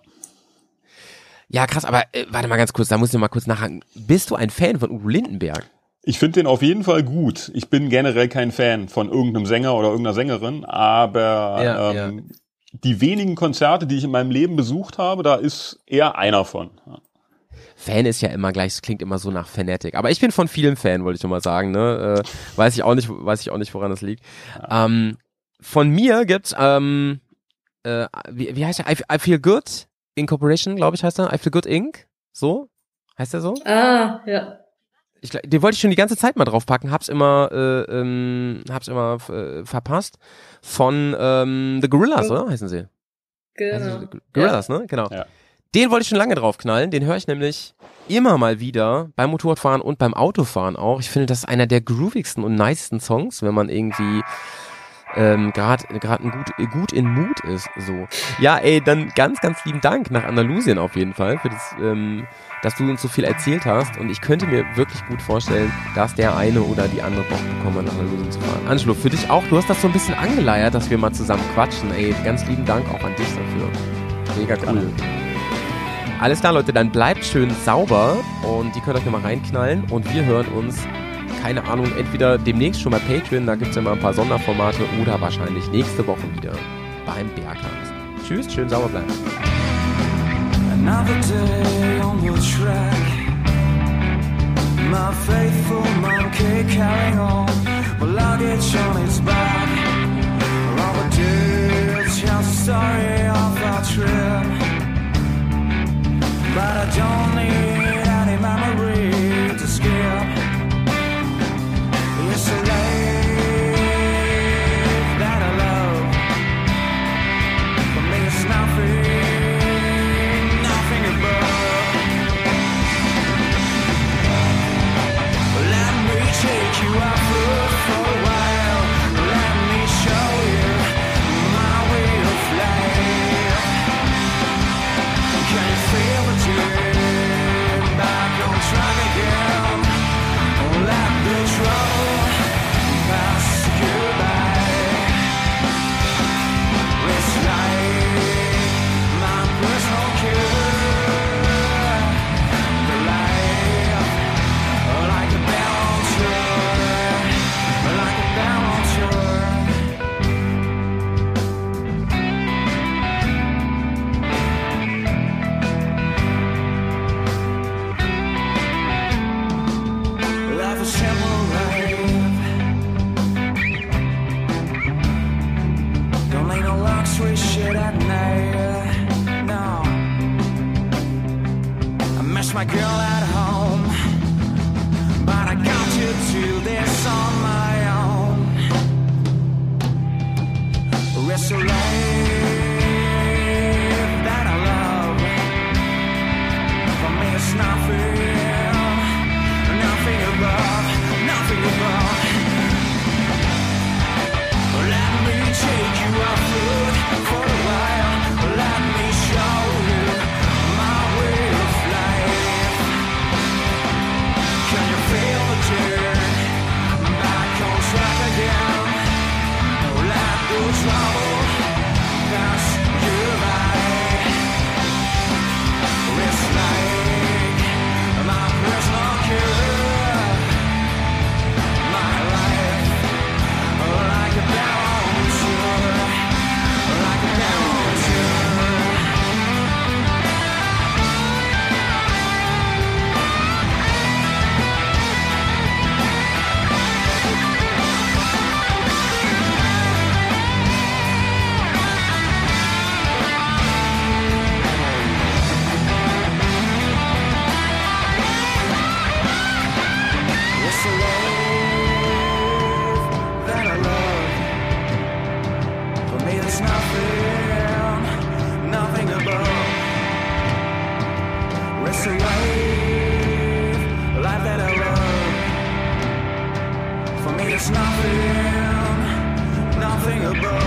Ja, krass, aber äh, warte mal ganz kurz, da muss ich mal kurz nachhaken. Bist du ein Fan von Udo Lindenberg? Ich finde den auf jeden Fall gut. Ich bin generell kein Fan von irgendeinem Sänger oder irgendeiner Sängerin, aber Ja, ähm, ja. die wenigen Konzerte, die ich in meinem Leben besucht habe, da ist er einer von. Ja. Fan ist ja immer gleich, es klingt immer so nach Fanatic. Aber ich bin von vielen Fan, wollte ich nur mal sagen, ne? Äh, weiß ich auch nicht, weiß ich auch nicht, woran das liegt. Ja. Ähm, von mir gibt's, ähm, äh, wie, wie heißt der? I, I Feel Good Incorporation, glaube ich, heißt er. I Feel Good Incorporated. So? Heißt der so? Ah, ja. Ich, den wollte ich schon die ganze Zeit mal draufpacken, hab's immer, äh, ähm, hab's immer äh, verpasst. Von ähm, The Gorillaz, oder? Heißen sie? Genau. Sie? Gorillaz, ja. Ne? Genau. Ja. Den wollte ich schon lange draufknallen, den höre ich nämlich immer mal wieder beim Motorradfahren und beim Autofahren auch. Ich finde, das ist einer der groovigsten und nicesten Songs, wenn man irgendwie ähm, gerade gerade gut, gut in Mut ist. So. Ja, ey, dann ganz, ganz lieben Dank nach Andalusien auf jeden Fall, für das, ähm, dass du uns so viel erzählt hast. Und ich könnte mir wirklich gut vorstellen, dass der eine oder die andere Bock bekommen hat, nach Andalusien zu fahren. Angelo, für dich auch, du hast das so ein bisschen angeleiert, dass wir mal zusammen quatschen. Ey, ganz lieben Dank auch an dich dafür. Mega cool. Ja. Alles klar, Leute, dann bleibt schön sauber und die könnt euch nochmal reinknallen und wir hören uns, keine Ahnung, entweder demnächst schon bei Patreon, da gibt's ja mal ein paar Sonderformate oder wahrscheinlich nächste Woche wieder beim Bergcast. Tschüss, schön sauber bleiben. Another day on the track, my faithful monkey carrying on, my luggage on its back. Robert Dale tells the story of our trip, but I don't need any memory to skip. It's a life that I love. For me it's nothing, nothing above. Let me take you out for a while. Let me show you my way of life. Can you feel the tears? my girl at home, but I got to do this on my own. It's a life that I love. For me it's nothing, nothing above, nothing above. Let me take you off foot for a while. Let me show you my way of life. Can you feel the turn back on track again? Let the trouble pass you by. It's like my personal cure, my life like a bouncer, like a bouncer. It's a life that I love. For me it's nothing, nothing above. It's a life, a life that I love. For me it's nothing, nothing above.